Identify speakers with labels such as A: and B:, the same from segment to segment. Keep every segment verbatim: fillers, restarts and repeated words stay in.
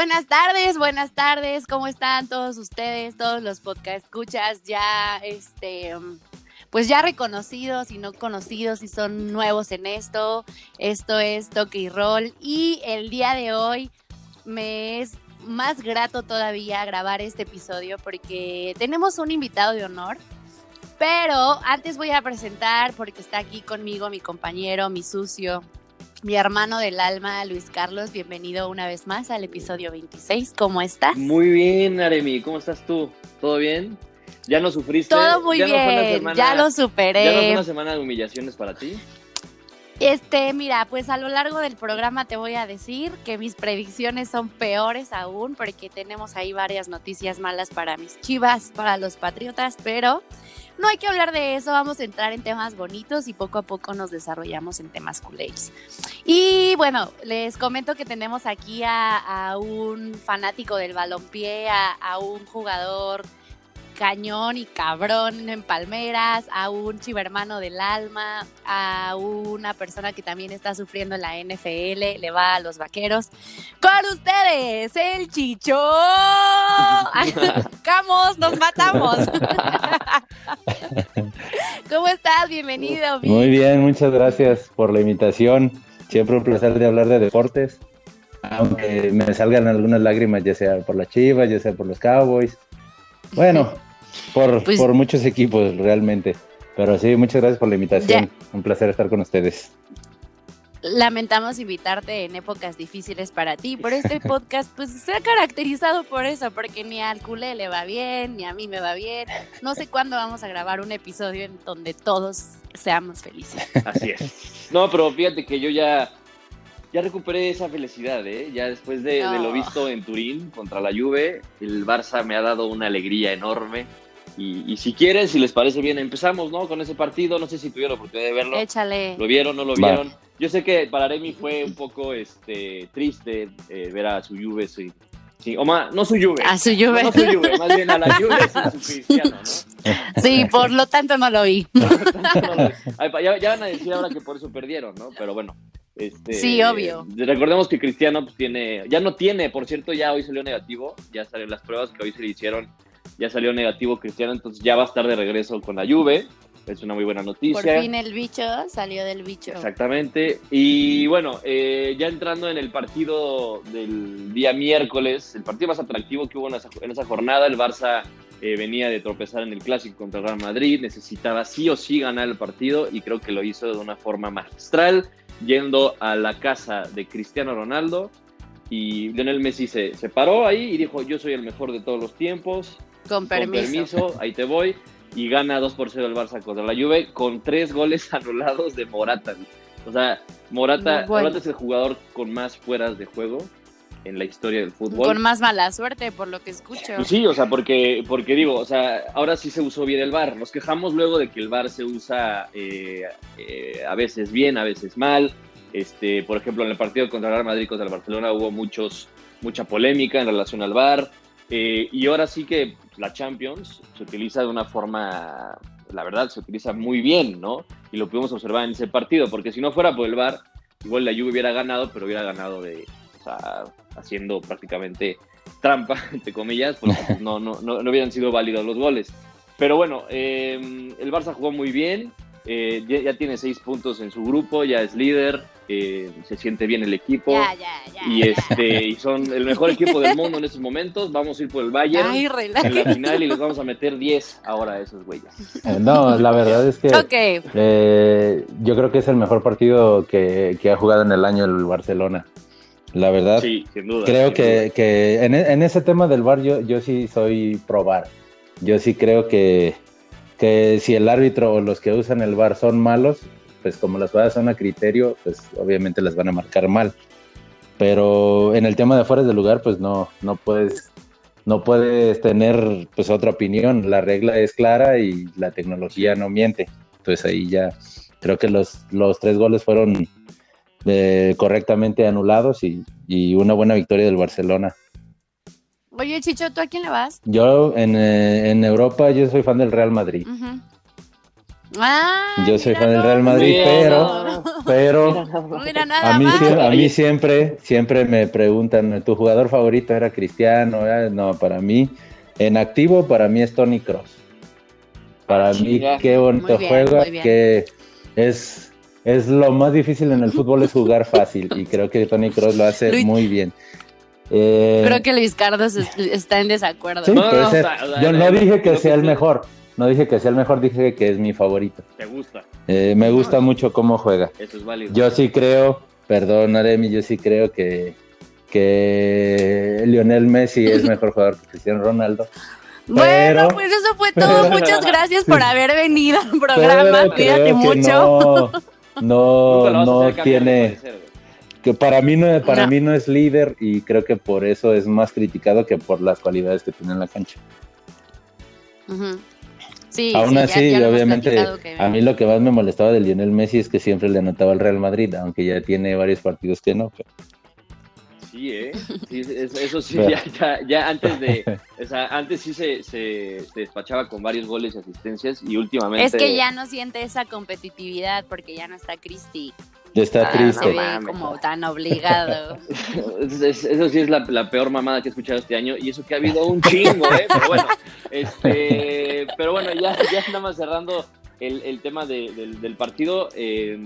A: buenas tardes, buenas tardes, ¿cómo están todos ustedes, todos los podcast escuchas ya, este, pues ya reconocidos y no conocidos y son nuevos en esto? Esto es Toque y Roll y el día de hoy me es más grato todavía grabar este episodio porque tenemos un invitado de honor, pero antes voy a presentar porque está aquí conmigo mi compañero, mi socio, mi hermano del alma, Luis Carlos. Bienvenido una vez más al episodio veintiséis. ¿Cómo estás?
B: Muy bien, Aremi. ¿Cómo estás tú? ¿Todo bien? ¿Ya no sufriste?
A: Todo muy
B: ¿Ya
A: bien,
B: no fue una semana,
A: ya lo superé.
B: ¿Ya no fue una semana de humillaciones para ti?
A: Este, mira, pues a lo largo del programa te voy a decir que mis predicciones son peores aún porque tenemos ahí varias noticias malas para mis Chivas, para los Patriotas, pero no hay que hablar de eso, vamos a entrar en temas bonitos y poco a poco nos desarrollamos en temas culés. Y bueno, les comento que tenemos aquí a, a un fanático del balompié, a, a un jugador cañón y cabrón en Palmeras, a un chivermano del alma, a una persona que también está sufriendo en la N F L, le va a los Vaqueros. Con ustedes, el Chicho. ¡Camos, nos matamos! ¿Cómo estás? Bienvenido. Vic.
C: Muy bien, muchas gracias por la invitación. Siempre un placer de hablar de deportes, aunque me salgan algunas lágrimas, ya sea por las Chivas, ya sea por los Cowboys. Bueno, por, pues, por muchos equipos realmente. Pero sí, muchas gracias por la invitación. Ya. Un placer estar con ustedes.
A: Lamentamos invitarte en épocas difíciles para ti, pero este podcast pues se ha caracterizado por eso, porque ni al culé le va bien, ni a mí me va bien. No sé cuándo vamos a grabar un episodio en donde todos seamos felices.
B: Así es. No, pero fíjate que yo ya, ya recuperé esa felicidad, ¿eh? Ya después de, no. de lo visto en Turín contra la Juve, el Barça me ha dado una alegría enorme. Y, y si quieren, si les parece bien, empezamos, ¿no? Con ese partido. No sé si tuvieron la oportunidad de verlo.
A: Échale.
B: ¿Lo vieron, no lo vieron? Va. Yo sé que para Aremi fue un poco este, triste eh, ver a su Juve, sí, sí, o más, no su Juve.
A: A su Juve.
B: No, no su Juve, más bien a la Juve sin su Cristiano, ¿no?
A: Sí, por lo tanto no lo vi.
B: No, no lo vi. Ay, ya, ya van a decir ahora que por eso perdieron, ¿no? Pero bueno. Este,
A: sí, obvio.
B: Eh, recordemos que Cristiano pues, tiene, ya no tiene, por cierto, ya hoy salió negativo, ya salieron las pruebas que hoy se le hicieron, ya salió negativo Cristiano, entonces ya va a estar de regreso con la Juve. Es una muy buena noticia.
A: Por fin el bicho salió del bicho.
B: Exactamente. Y bueno, eh, ya entrando en el partido del día miércoles, el partido más atractivo que hubo en esa, en esa jornada, el Barça eh, venía de tropezar en el Clásico contra el Real Madrid, necesitaba sí o sí ganar el partido y creo que lo hizo de una forma magistral, yendo a la casa de Cristiano Ronaldo y Lionel Messi se, se paró ahí y dijo, yo soy el mejor de todos los tiempos.
A: Con permiso.
B: Con permiso, ahí te voy. Y gana dos por cero el Barça contra la Juve con tres goles anulados de Morata. O sea, Morata, bueno. Morata es el jugador con más fueras de juego en la historia del fútbol.
A: Con más mala suerte, por lo que escucho.
B: Pues sí, o sea, porque, porque digo, o sea, ahora sí se usó bien el V A R. Nos quejamos luego de que el V A R se usa eh, eh, a veces bien, a veces mal. Este, por ejemplo, en el partido contra el Real Madrid contra el Barcelona hubo muchos, mucha polémica en relación al V A R. Eh, y ahora sí que la Champions se utiliza de una forma, la verdad, se utiliza muy bien, ¿no? Y lo pudimos observar en ese partido, porque si no fuera por el V A R, igual la Juve hubiera ganado, pero hubiera ganado de, o sea, haciendo prácticamente trampa, entre comillas, porque no, no, no, no hubieran sido válidos los goles. Pero bueno, eh, el Barça jugó muy bien, eh, ya, ya tiene seis puntos en su grupo, ya es líder. Eh, se siente bien el equipo
A: ya, ya, ya,
B: y este y son el mejor equipo del mundo en estos momentos. Vamos a ir por el Bayern Ay, en la final y les vamos a meter diez ahora a esos güeyes.
C: Eh, no, la verdad es que
A: okay.
C: eh, yo creo que es el mejor partido que, que ha jugado en el año el Barcelona. La verdad,
B: sí, sin duda,
C: creo
B: sin
C: que,
B: duda.
C: que en, en ese tema del V A R yo, yo sí soy pro V A R. Yo sí creo que, que si el árbitro o los que usan el V A R son malos, pues como las jugadas son a criterio, pues obviamente las van a marcar mal. Pero en el tema de fuera de lugar, pues no, no puedes, no puedes tener pues otra opinión. La regla es clara y la tecnología no miente. Entonces ahí ya creo que los, los tres goles fueron eh, correctamente anulados y, y una buena victoria del Barcelona.
A: Oye, Chicho, ¿tú a quién le vas?
C: Yo en, eh, en Europa yo soy fan del Real Madrid.
A: Uh-huh. Ah,
C: Yo soy
A: mira,
C: fan del
A: no,
C: Real Madrid,
B: mira,
C: pero,
B: no.
C: pero
A: Mira, nada
C: a mí,
A: más.
C: sie- a mí siempre, siempre me preguntan, ¿tu jugador favorito era Cristiano? ¿Era? No, para mí, en activo, para mí es Toni Kroos. Para
B: Ah,
C: mí,
B: chinga.
C: qué bonito
A: Muy bien,
C: juega,
A: muy bien.
C: que es, es lo más difícil en el fútbol es jugar fácil, y creo que Toni Kroos lo hace
A: Luis-
C: muy bien. Eh,
A: Creo que Luis Carlos es- está en desacuerdo.
C: sí,
B: No, no,
C: puede
B: no,
C: ser.
B: o sea, o sea,
C: Yo
B: el-
C: no
B: el-
C: dije que
B: lo
C: sea el
B: te-
C: mejor, no dije que sea el mejor, dije que es mi favorito.
B: Te gusta.
C: Eh, me gusta mucho cómo juega.
B: Eso es válido.
C: Yo sí creo, perdón, Aremi, yo sí creo que, que Lionel Messi es mejor jugador que Cristiano Ronaldo.
A: Bueno,
C: Pero-
A: pues eso fue todo. Muchas gracias por haber venido al
C: Pero
A: programa. Cuídate
C: creo que
A: mucho.
C: no,
B: Nunca
C: no,
B: lo vas a
C: no
B: hacer cambiar de
C: tiene,
B: parecer, güey.
C: que para mí no, para
A: No.
C: mí no es líder y creo que por eso es más criticado que por las cualidades que tiene en la cancha.
A: Ujú. Sí,
C: Aún
A: sí, ya-
C: así,
A: ya lo hemos
C: obviamente,
A: platicado que-
C: a mí lo que más me molestaba de Lionel Messi es que siempre le anotaba al Real Madrid, aunque ya tiene varios partidos que no. Pero...
B: Sí, ¿eh? Sí, eso, eso sí,
C: Pero-
B: ya, ya, ya antes de... O sea, antes sí se, se, se despachaba con varios goles y asistencias y últimamente...
A: Es que ya no siente esa competitividad porque ya no está Cristi.
C: Está
B: Ah,
A: Se
C: triste.
B: no
A: ve
B: mames.
A: como tan obligado.
B: Es- es- Eso sí es la, la peor mamada que he escuchado este año y eso que ha habido un chingo, ¿eh? Pero bueno, este, pero bueno, ya, ya nada más cerrando el, el tema de- del, del partido, eh,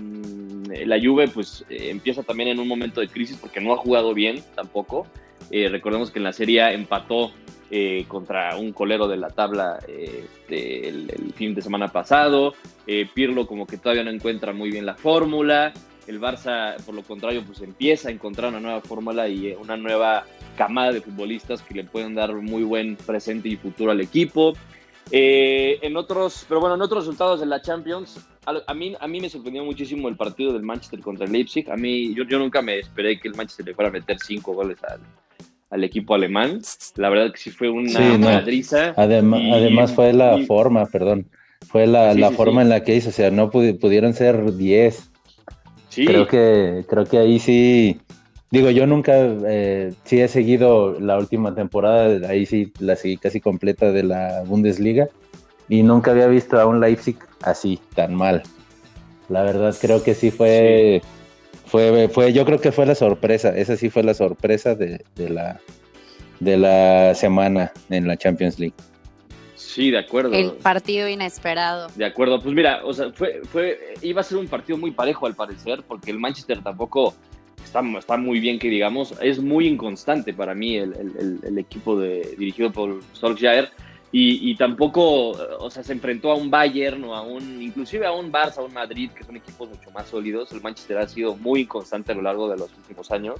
B: la Juve pues eh, empieza también en un momento de crisis porque no ha jugado bien tampoco. Eh, recordemos que en la Serie A empató eh, contra un colero de la tabla eh, de- el, el fin de semana pasado. Eh, Pirlo como que todavía no encuentra muy bien la fórmula. El Barça, por lo contrario, pues empieza a encontrar una nueva fórmula y una nueva camada de futbolistas que le pueden dar muy buen presente y futuro al equipo. Eh, en otros, pero bueno, en otros resultados de la Champions, a, a mí, a mí me sorprendió muchísimo el partido del Manchester contra el Leipzig. A mí, yo, yo nunca me esperé que el Manchester le fuera a meter cinco goles al, al equipo alemán. La verdad que sí fue una
C: Sí, no.
B: madriza.
C: Adem-
B: Y-
C: además fue la
B: y-
C: forma, perdón, fue la,
B: Sí,
C: la
B: sí,
C: forma
B: sí.
C: en la que hizo, o sea, no pudi- pudieron ser diez.
B: Sí,
C: Creo que, creo que ahí sí, digo, yo nunca, eh, sí he seguido la última temporada, ahí sí la seguí casi completa de la Bundesliga y nunca había visto a un Leipzig así, tan mal. La verdad creo que sí fue, fue, fue, yo creo que fue la sorpresa, esa sí fue la sorpresa de, de la, de la semana en la Champions League.
B: sí, de acuerdo.
A: El partido inesperado.
B: De acuerdo, pues mira, o sea, fue, fue, iba a ser un partido muy parejo al parecer, porque el Manchester tampoco está, está muy bien que digamos, es muy inconstante para mí el, el, el, el equipo de, dirigido por Solskjaer, y, y tampoco, o sea, se enfrentó a un Bayern o a un, inclusive a un Barça, a un Madrid, que son equipos mucho más sólidos. El Manchester ha sido muy inconstante a lo largo de los últimos años,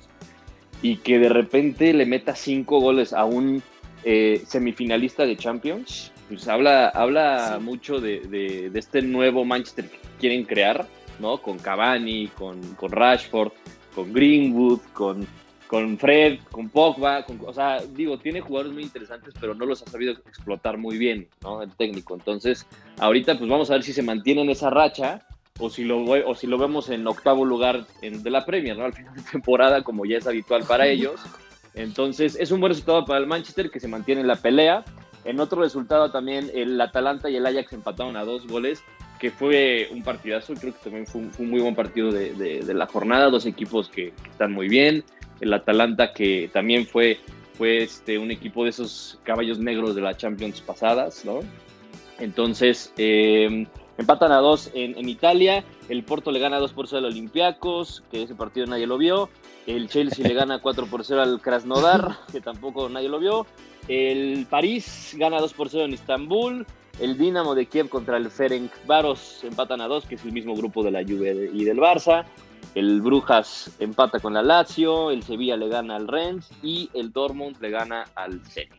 B: y que de repente le meta cinco goles a un eh, semifinalista de Champions, pues habla, habla
A: Sí.
B: mucho de, de, de este nuevo Manchester que quieren crear, ¿no? Con Cavani, con, con Rashford, con Greenwood, con, con Fred, con Pogba, con, o sea, digo, tiene jugadores muy interesantes, pero no los ha sabido explotar muy bien, ¿no? El técnico. Entonces, ahorita pues vamos a ver si se mantiene en esa racha o si lo, o si lo vemos en octavo lugar en, de la Premier, ¿no? Al final de temporada, como ya es habitual para ellos. Entonces, es un buen resultado para el Manchester, que se mantiene en la pelea. En otro resultado también, el Atalanta y el Ajax empataron a dos goles, que fue un partidazo. Creo que también fue un, fue un muy buen partido de, de, de la jornada. Dos equipos que, que están muy bien. El Atalanta, que también fue, fue este, un equipo de esos caballos negros de las Champions pasadas, ¿no? Entonces, eh, empatan a dos en, en Italia. El Porto le gana dos por cero al Olympiacos, que ese partido nadie lo vio. El Chelsea le gana cuatro por cero al Krasnodar, que tampoco nadie lo vio. El París gana dos por cero en Estambul. El Dinamo de Kiev contra el Ferencváros empatan a dos, que es el mismo grupo de la Juve y del Barça. El Brujas empata con la Lazio. El Sevilla le gana al Rennes. Y el Dortmund le gana al Zenit.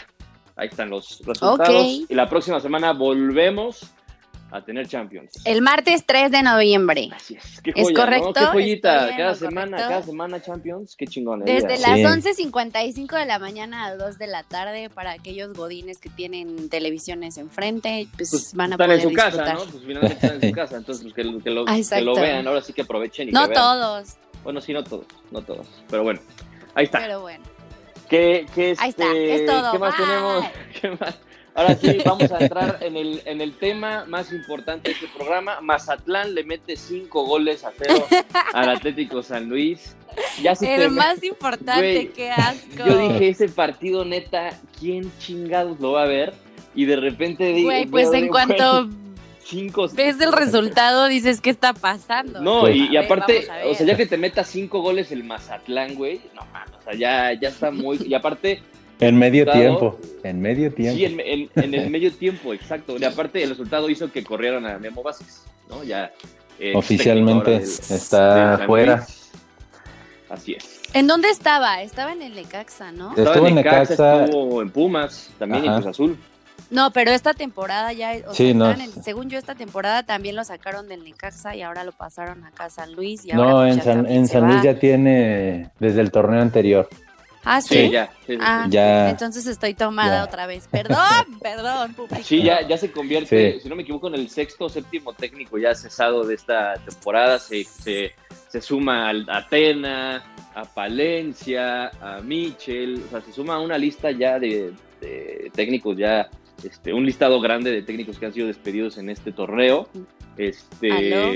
B: Ahí están los resultados.
A: Ok.
B: Y la próxima semana volvemos a tener Champions.
A: El martes tres de noviembre.
B: Así es. Qué
A: ¿Es
B: joya,
A: correcto?
B: ¿no? Qué joyita.
A: ¿Estoy en
B: Cada
A: lo
B: semana,
A: correcto?
B: cada semana Champions. Qué chingón.
A: Desde
C: Sí.
A: las once cincuenta y cinco de la mañana a dos de la tarde, para aquellos godines que tienen televisiones enfrente, pues,
B: Pues
A: van a
B: están
A: poder
B: en su
A: disfrutar.
B: casa, ¿no? Pues finalmente están en su casa. Entonces, pues, que, lo- que, lo,
A: Ah,
B: que
A: exacto.
B: lo vean. Ahora sí que aprovechen y
A: No
B: que vean.
A: todos,
B: Bueno, sí, no todos. No todos. Pero bueno, ahí está.
A: pero bueno.
B: ¿Qué, qué,
A: Ahí está,
B: este,
A: es todo.
B: ¿Qué más
A: Bye.
B: tenemos? ¿Qué más? Ahora sí, vamos a entrar en el, en el tema más importante de este programa. Mazatlán le mete cinco goles a cero al Atlético San Luis. Ya se
A: el
B: te...
A: más importante,
B: Güey,
A: qué asco.
B: Yo dije, ese partido neta, ¿quién chingados lo va a ver? Y de repente digo...
A: Güey, pues en cuanto
B: cinco...
A: ves el resultado dices, ¿qué está pasando?
B: No,
C: Pues,
B: y,
A: a
B: y
A: ver,
B: aparte,
A: vamos a ver.
B: o sea, ya que te meta cinco goles el Mazatlán, güey, no mames, o sea, ya, ya está muy... Y aparte...
C: En medio
B: resultado,
C: tiempo, en medio tiempo.
B: Sí, en, en, en el medio tiempo, exacto. Y aparte, el resultado hizo que corrieran a Memo Vázquez, ¿no? Ya... Eh,
C: Oficialmente
B: del,
C: está
B: del San
C: fuera.
B: Luis. Así es.
A: ¿En dónde estaba? Estaba en el Necaxa, ¿no?
C: Estuvo
B: Estaba en
C: en
B: Necaxa,
C: Necaxa.
B: estuvo en Pumas, también
C: Ajá.
B: en Cruz Azul.
A: No, pero esta temporada ya, o
C: Sí,
A: sea,
C: no.
A: estaban en- según yo esta temporada también lo sacaron del Necaxa y ahora lo pasaron acá a San Luis y ahora
C: No,
A: pues,
C: en
A: ya
C: San,
A: también
C: en
A: se
C: San Luis
A: va.
C: ya tiene desde el torneo anterior.
A: Ah,
B: Sí,
A: ¿sí?
B: ya. Sí, sí,
A: Ah,
B: sí.
C: Ya.
A: entonces estoy tomada
C: Ya.
A: otra vez. Perdón, perdón, público.
B: Sí, ya, ya se convierte,
C: Sí.
B: si no me equivoco, en el sexto o séptimo técnico ya cesado de esta temporada. Se, se, se suma al- a Atena, a Palencia, a Michel, o sea, se suma a una lista ya de, de técnicos, ya este, un listado grande de técnicos que han sido despedidos en este torneo. Este
A: ¿Aló?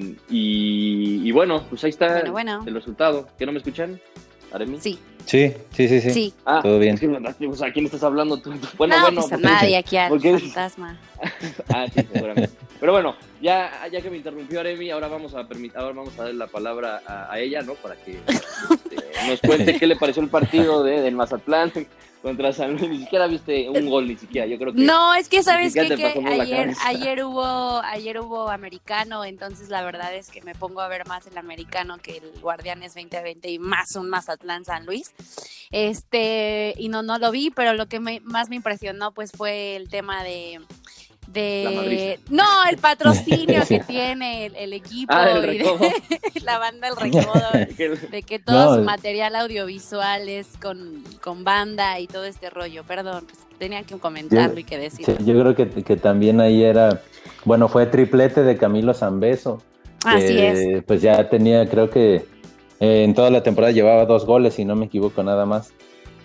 B: y, y bueno, pues ahí está
A: Bueno, bueno.
B: el resultado. ¿Que no me escuchan? ¿Aremi?
A: Sí,
C: Sí, sí, sí, sí.
A: sí.
B: Ah,
C: Todo bien.
B: es que, pues, ¿a quién estás hablando tú? Bueno,
A: no,
B: bueno,
A: pues a
B: porque-
A: nadie aquí al
B: porque-
A: fantasma.
B: Ah, sí, seguramente. Pero bueno, ya, ya que me interrumpió Aremi, ahora vamos a permit- ahora vamos a darle la palabra a, a ella, ¿no? Para que este, nos cuente qué le pareció el partido de, del Mazatlán contra San Luis. Ni siquiera viste un gol, ni siquiera. Yo creo que
A: No, es que sabes
B: siquiera
A: qué?
B: te
A: que
B: pasó por la
A: ayer,
B: cabeza.
A: ayer hubo, ayer hubo americano, entonces la verdad es que me pongo a ver más el americano que el Guardianes veinte veinte y más un Mazatlán San Luis. Este, y no, no lo vi, pero lo que me, más me impresionó pues fue el tema de
B: La
A: de
B: madriza.
A: no, el patrocinio que tiene el, el equipo
B: Ah, el
A: y de-
B: Recodo.
A: la banda El Recodo,
B: Que-
A: de que todo
C: No,
A: su
C: el-
A: material audiovisual es con, con banda y todo este rollo. Perdón, pues tenía que comentarlo y que decirlo.
C: Sí, yo creo que, que también ahí era, bueno, fue triplete de Camilo Zambeso.
A: Así
C: que,
A: es.
C: Pues ya tenía, creo que eh, en toda la temporada llevaba dos goles, si no me equivoco, nada más.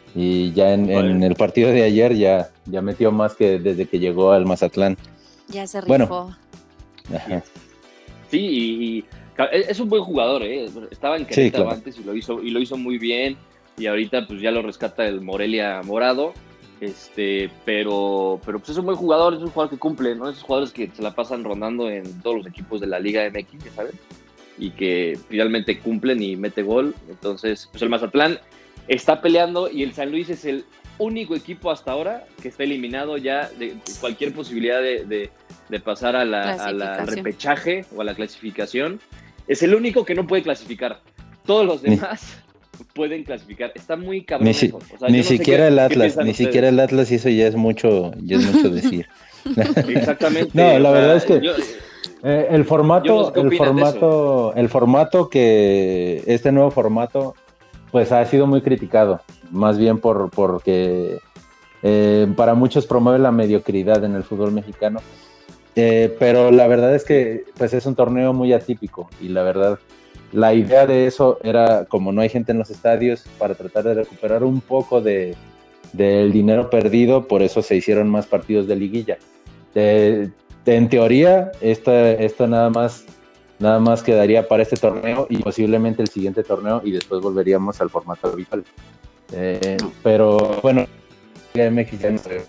C: Y ya en, en
B: Bueno.
C: el partido de ayer ya, ya metió más que desde que llegó al Mazatlán.
A: Ya se rifó.
C: Bueno. Ajá.
B: Sí, y, y es un buen jugador, ¿eh? Estaba en
C: Sí,
B: Querétaro
C: claro.
B: antes y lo hizo y lo hizo muy bien, y ahorita pues ya lo rescata el Morelia Morado. Este, pero, pero pues es un buen jugador, es un jugador que cumple, ¿no? Esos jugadores que se la pasan rondando en todos los equipos de la Liga M X, ya ¿sabes? Y que finalmente cumplen y mete gol. Entonces, pues el Mazatlán está peleando y el San Luis es el único equipo hasta ahora que está eliminado ya de cualquier posibilidad de, de, de pasar a la, a la- al
A: Clasificación.
B: repechaje o a la clasificación. Es el único que no puede clasificar. Todos los
C: Ni-
B: demás pueden clasificar. Está muy cabrón
C: Ni, si-
B: eso. O sea,
C: ni
B: yo no sé
C: siquiera
B: qué-
C: el
B: qué
C: Atlas,
B: piensan
C: ni
B: ustedes.
C: siquiera el Atlas, y eso ya es mucho, ya es mucho decir.
B: Exactamente.
C: No, la
B: o sea,
C: verdad es que-
B: yo-
C: Eh, el
B: Yo no
C: formato,
B: sé qué
C: el
B: opinan de
C: formato, el formato que este nuevo formato, pues ha sido muy criticado, más bien por porque eh, para muchos promueve la mediocridad en el fútbol mexicano. Eh, pero la verdad es que pues es un torneo muy atípico y la verdad la idea de eso era, como no hay gente en los estadios, para tratar de recuperar un poco de del dinero perdido, por eso se hicieron más partidos de liguilla. Eh, en teoría, esto, esto nada más nada más quedaría para este torneo y posiblemente el siguiente torneo, y después volveríamos al formato habitual. Eh, pero bueno, M X ya no se-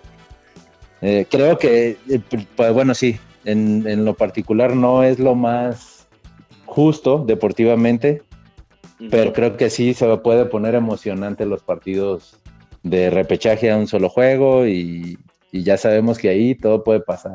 C: eh, creo que, eh, pues, bueno, sí, en, en lo particular no es lo más justo deportivamente, pero creo que sí se puede poner emocionante los partidos de repechaje a un solo juego, y, y ya sabemos que ahí todo puede pasar.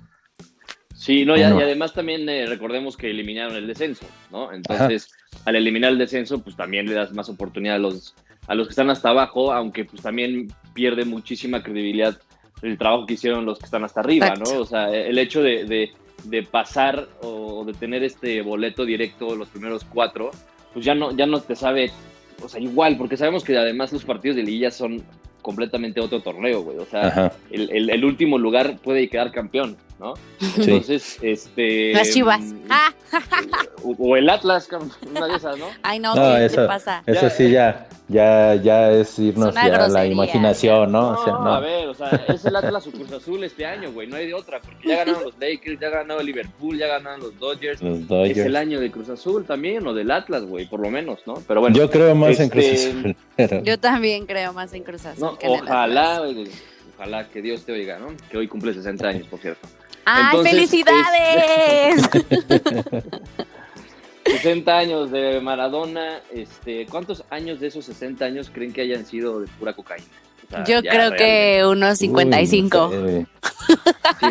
B: Sí, no, y,
C: No.
B: y además también eh, recordemos que eliminaron el descenso, ¿no? Entonces, al eliminar el descenso, pues también le das más oportunidad a los, a los que están hasta abajo, aunque pues también pierde muchísima credibilidad el trabajo que hicieron los que están hasta arriba,
A: Exacto.
B: ¿no? O sea, el hecho de, de, de pasar o de tener este boleto directo los primeros cuatro, pues ya no, ya no te sabe, o sea, igual, porque sabemos que además los partidos de liguilla son completamente otro torneo, güey. O sea,
C: Ajá.
B: el, el, el último lugar puede quedar campeón. ¿no? Entonces, sí. este...
A: Las Chivas. Ah.
B: O, o el Atlas, una de esas, ¿no?
A: Ay, no,
C: no
A: ¿qué
C: eso,
A: te pasa?
C: Eso
B: ya,
C: sí, ya, ya, ya es irnos
A: es
C: ya a la imaginación, ¿no?
B: No,
C: o sea, no,
B: a ver, o sea, es el Atlas o Cruz Azul este año, güey, no hay de otra, porque ya ganaron los Lakers, ya ganaron Liverpool, ya ganaron los Dodgers.
C: Los Dodgers.
B: Es el año de Cruz Azul también, o del Atlas, güey, por lo menos, ¿no? Pero bueno.
C: Yo creo más
B: este...
C: en Cruz Azul. Pero...
A: Yo también creo más en Cruz Azul
B: no,
A: que en
B: ojalá,
A: el Atlas.
B: Ojalá que Dios te oiga, ¿no? Que hoy cumple sesenta años, por cierto.
A: ¡Ay,
B: Entonces,
A: felicidades!
B: Es... sesenta años de Maradona, este, ¿cuántos años de esos sesenta años creen que hayan sido de pura cocaína? O sea,
A: yo creo
B: realmente.
A: que unos cincuenta y cinco.
C: Uy, no sé.
B: Sí,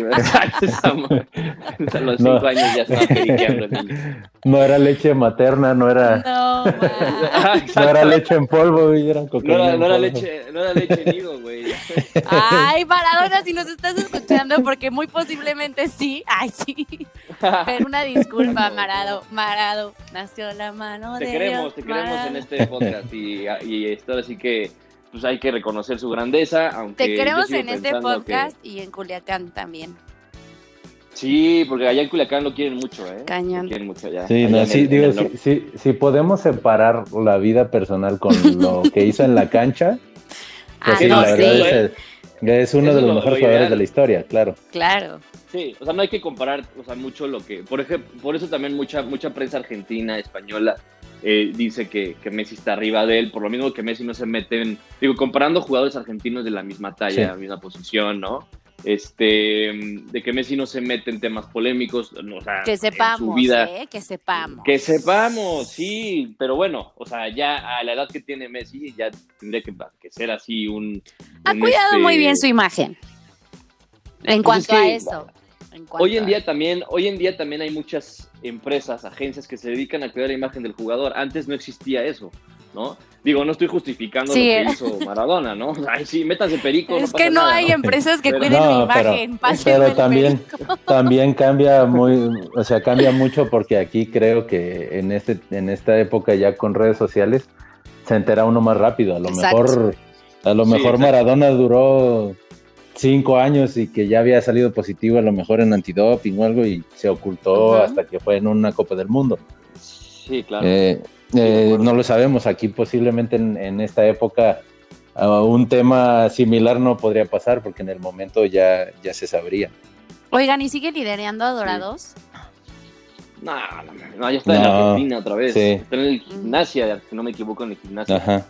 B: a los cinco no. años ya estaba periqueando el niño.
C: No era leche materna, no era.
A: No,
C: no era leche en polvo, güey, eran cocaína.
B: No era,
C: en
B: no era
C: polvo.
B: leche, no era leche nido, güey.
A: Ay, Maradona, si nos estás escuchando, porque muy posiblemente sí. Ay, sí. Pero una disculpa, Marado, Marado, nació la mano
B: te
A: de
B: queremos,
A: Dios,
B: te queremos
A: Marado.
B: en este podcast y, y esto así que pues hay que reconocer su grandeza, aunque
A: te queremos en este
B: pensando
A: podcast
B: que...
A: y en Culiacán también.
B: Sí, porque allá en Culiacán lo quieren mucho, ¿eh?
A: Cañón.
B: Lo quieren mucho allá.
C: Sí,
B: allá
C: no,
B: en
C: sí,
B: el,
C: digo,
B: en
C: si, si, si podemos separar la vida personal con lo que hizo en la cancha, pues
A: Ah,
C: sí,
A: no,
C: la
A: sí.
C: verdad es, es uno
B: Eso
C: de los
B: lo-
C: mejores
B: lo
C: jugadores
B: ideal.
C: de la historia, claro.
A: Claro.
B: Sí, o sea, no hay que comparar, o sea, mucho lo que, por ejemplo, por eso también mucha mucha prensa argentina, española, eh, dice que, que Messi está arriba de él, por lo mismo que Messi no se mete en, digo, comparando jugadores argentinos de la misma talla,
C: Sí.
B: misma posición, ¿no? Este, de que Messi no se mete en temas polémicos, no, o sea,
A: Que
B: en su
A: sepamos,
B: vida.
A: ¿eh? Que sepamos.
B: Que sepamos, sí, pero bueno, o sea, ya a la edad que tiene Messi, ya tendría que, que ser así un...
A: Ha
B: un,
A: cuidado
B: este,
A: muy bien su imagen. En
B: Pues
A: cuanto
B: es que,
A: a eso. En cuanto
B: Hoy en
A: a-
B: día también, hoy en día también hay muchas empresas, agencias que se dedican a cuidar la imagen del jugador. Antes no existía eso, ¿no? Digo, no estoy justificando
A: Sí,
B: lo que
A: eh.
B: hizo Maradona, ¿no? Ay, sí, métanse perico,
A: Es
B: no
A: que
B: pasa
A: no
B: nada,
A: hay
B: ¿no?
A: empresas que
B: Pero-
A: cuiden
C: No,
A: la
C: pero-
A: imagen. Pásenme
C: Pero
A: el
C: también,
A: perico.
C: también cambia muy, o sea, cambia mucho porque aquí creo que en este, en esta época ya con redes sociales se entera uno más rápido. A lo
A: Exacto.
C: mejor, a lo
B: Sí,
C: mejor
B: exacto.
C: Maradona duró cinco años y que ya había salido positivo a lo mejor en antidoping o algo y se ocultó
A: Ujú.
C: hasta que fue en una Copa del Mundo.
B: Sí, claro.
C: Eh, eh, no lo sabemos, aquí posiblemente en, en esta época uh, un tema similar no podría pasar porque en el momento ya, ya se sabría.
A: Oigan, ¿y sigue liderando a Dorados?
B: No, no, no, ya está en
C: No,
B: Argentina otra vez.
C: sí.
B: Está en el gimnasia, si no me equivoco, en el gimnasio.
C: Ajá.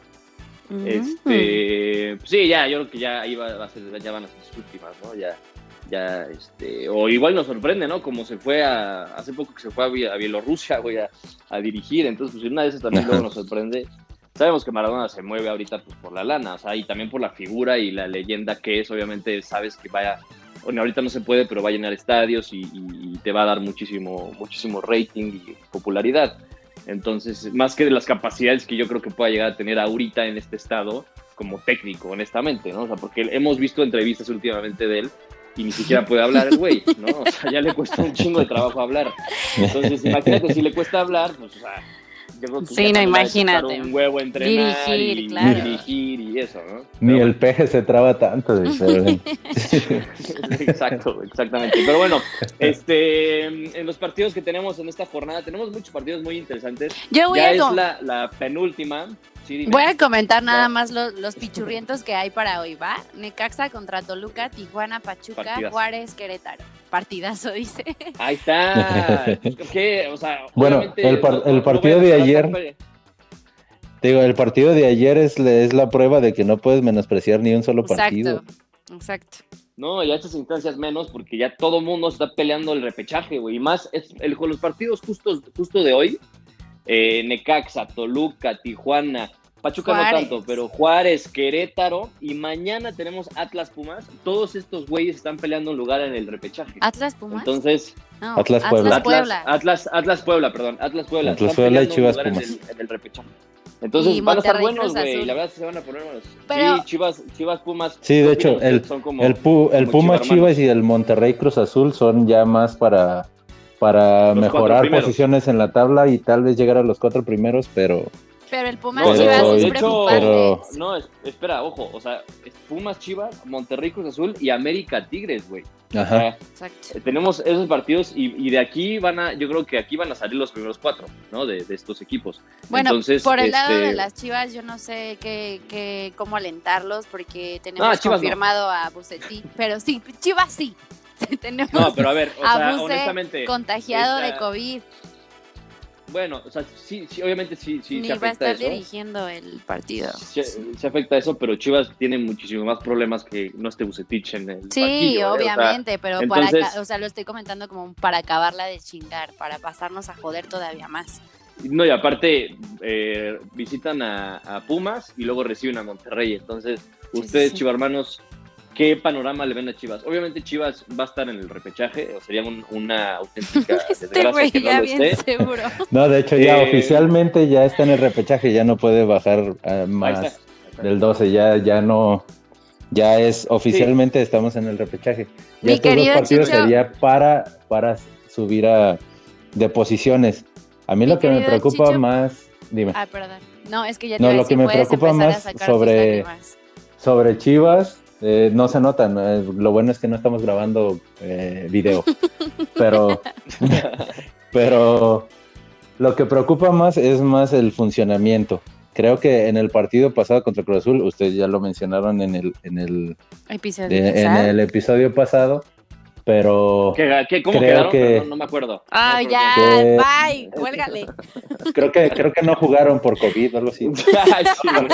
B: Este, pues sí, ya, yo creo que ya ahí va, va a ser, ya van a ser sus últimas, ¿no? Ya, ya, este, o igual nos sorprende, ¿no? Como se fue a, hace poco que se fue a, Bie- a Bielorrusia, güey, a, a dirigir, entonces, pues una de esas también luego nos sorprende. Sabemos que Maradona se mueve ahorita, pues, por la lana, o sea, y también por la figura y la leyenda que es, obviamente, sabes que vaya, bueno, ahorita no se puede, pero va a llenar estadios y, y, y te va a dar muchísimo, muchísimo rating y popularidad. Entonces, más que de las capacidades que yo creo que pueda llegar a tener ahorita en este estado, como técnico, honestamente, ¿no? O sea, porque hemos visto entrevistas últimamente de él y ni siquiera puede hablar el güey, ¿no? O sea, ya le cuesta un chingo de trabajo hablar. Entonces, imagínate, si le cuesta hablar, pues, o sea, yo creo que
A: Sí,
B: ya
A: no,
B: también va a
A: imagínate.
B: costar un huevo entrenar
A: Dirigir,
B: y
A: claro.
B: dirigir y eso, ¿no?
C: Ni
B: Pero
C: el peje se traba tanto. güey, pero bueno.
B: Exacto, exactamente. Pero bueno, este, en los partidos que tenemos en esta jornada, tenemos muchos partidos muy interesantes.
A: Yo voy
B: ya
A: a
B: es
A: com-
B: la, la penúltima. Sí, dime.
A: Voy a comentar nada
B: Ya.
A: más los, los pichurrientos que hay para hoy, ¿va? Necaxa contra Toluca, Tijuana, Pachuca,
B: Partidazo.
A: Juárez, Querétaro. Partidazo, dice.
B: Ahí está. ¿Qué? O sea,
C: Bueno,
B: obviamente,
C: el par-
B: no-
C: el
B: no
C: partido
B: voy a
C: de
B: estar
C: ayer-
B: tan-
C: Te digo, el partido de ayer es, es la prueba de que no puedes menospreciar ni un solo partido.
A: Exacto, exacto.
B: No, ya estas instancias menos, porque ya todo mundo está peleando el repechaje, güey. Y más, es, el, con los partidos justos, justo de hoy, eh, Necaxa, Toluca, Tijuana, Pachuca
A: Juárez.
B: no tanto, pero Juárez, Querétaro, y mañana tenemos Atlas Pumas. Todos estos güeyes están peleando un lugar en el repechaje.
A: ¿Atlas Pumas?
B: Entonces,
A: No,
C: Atlas Puebla.
B: Atlas,
A: Puebla.
B: Atlas, Atlas Puebla, perdón, Atlas Puebla.
C: Atlas
B: Están
C: Puebla y
B: peleando un
C: Chivas
B: lugar en
C: Pumas.
B: el, en el repechaje. Entonces
A: Y
B: van a estar
A: Monterrey,
B: buenos,
A: Cruz
B: güey.
A: Azul.
B: La verdad se van a poner buenos.
A: Pero-
B: Sí, Chivas, Chivas Pumas.
C: Sí, de
B: ¿qué
C: hecho,
B: opinan
C: el,
B: ustedes? Son como-
C: el, Pu- el
B: como
C: Puma
B: chivarmanos.
C: Chivas y el Monterrey Cruz Azul son ya más para, para
B: Los cuatro
C: mejorar
B: primeros.
C: posiciones en la tabla y tal vez llegar a los cuatro primeros, pero
A: Pero el Pumas
C: Pero-
A: Chivas es
C: de
B: hecho,
A: preocupante.
C: pero-
B: No, es- espera, ojo, o sea, es Pumas, Chivas, Monterrey, Cruz Azul y América Tigres, güey. O
C: Ajá.
B: sea,
A: Exacto.
B: eh, tenemos esos partidos y, y de aquí van a, yo creo que aquí van a salir los primeros cuatro, ¿no? De, de estos equipos.
A: Bueno,
B: Entonces,
A: por el lado
B: este,
A: de las Chivas, yo no sé qué, qué, cómo alentarlos porque tenemos
B: Ah, Chivas no.
A: confirmado a Bucetich, pero sí, Chivas sí. tenemos
B: No, pero a ver, o
A: a
B: sea,
A: Buse
B: honestamente.
A: contagiado
B: esta-
A: de COVID.
B: Bueno, o sea, sí, sí obviamente sí, sí
A: Ni
B: se
A: va a
B: afecta
A: estar
B: eso.
A: dirigiendo el partido.
B: Se, se afecta eso, pero Chivas tiene muchísimo más problemas que no esté Bucetich en el
A: Sí,
B: banquillo, ¿eh? O sea,
A: obviamente, pero
B: entonces-
A: para, ca- o sea, lo estoy comentando como para acabarla de chingar, para pasarnos a joder todavía más.
B: no, y aparte eh, visitan a, a Pumas y luego reciben a Monterrey. Entonces,
A: Sí,
B: ustedes,
A: sí, sí.
B: chivarmanos, ¿qué panorama le ven a Chivas? Obviamente Chivas va a estar en el repechaje, o sería un- una auténtica
A: Este
B: desgracia
A: güey
B: que no
A: ya
B: lo
A: bien
B: esté.
A: seguro.
C: No, de hecho ya
B: Eh,
C: oficialmente ya está en el repechaje, ya no puede bajar eh,
B: Ahí
C: más
B: está. Ahí está.
C: del doce, ya, ya no, ya es oficialmente estamos en el repechaje. Ya
A: Mi
C: estos dos
A: querido
C: partidos
A: Chicho.
C: sería para, para subir a, de posiciones. A mí
A: Mi
C: lo que me
A: querido
C: preocupa
A: Chicho.
C: más, dime,
A: Ah, perdón. No, es que ya te
C: No,
A: iba a
C: lo
A: decir,
C: que me
A: puedes
C: preocupa
A: empezar a
C: más
A: sacar
C: sobre-
A: tus lágrimas.
C: sobre Chivas, eh, no se notan, eh, lo bueno es que no estamos grabando eh, video, pero, pero lo que preocupa más es más el funcionamiento. Creo que en el partido pasado contra Cruz Azul, ustedes ya lo mencionaron en el, en el,
A: Episodio
C: de- en
A: pasado.
C: el episodio pasado, pero
B: ¿Qué, qué- ¿Cómo
C: Creo
B: quedaron?
C: que-
B: Perdón, no me acuerdo.
A: Ah,
B: No me
A: ya,
B: acuerdo
C: Que-
A: bye, cuélgale.
C: creo que creo que no jugaron por COVID o algo así.
B: Ay, sí, güey.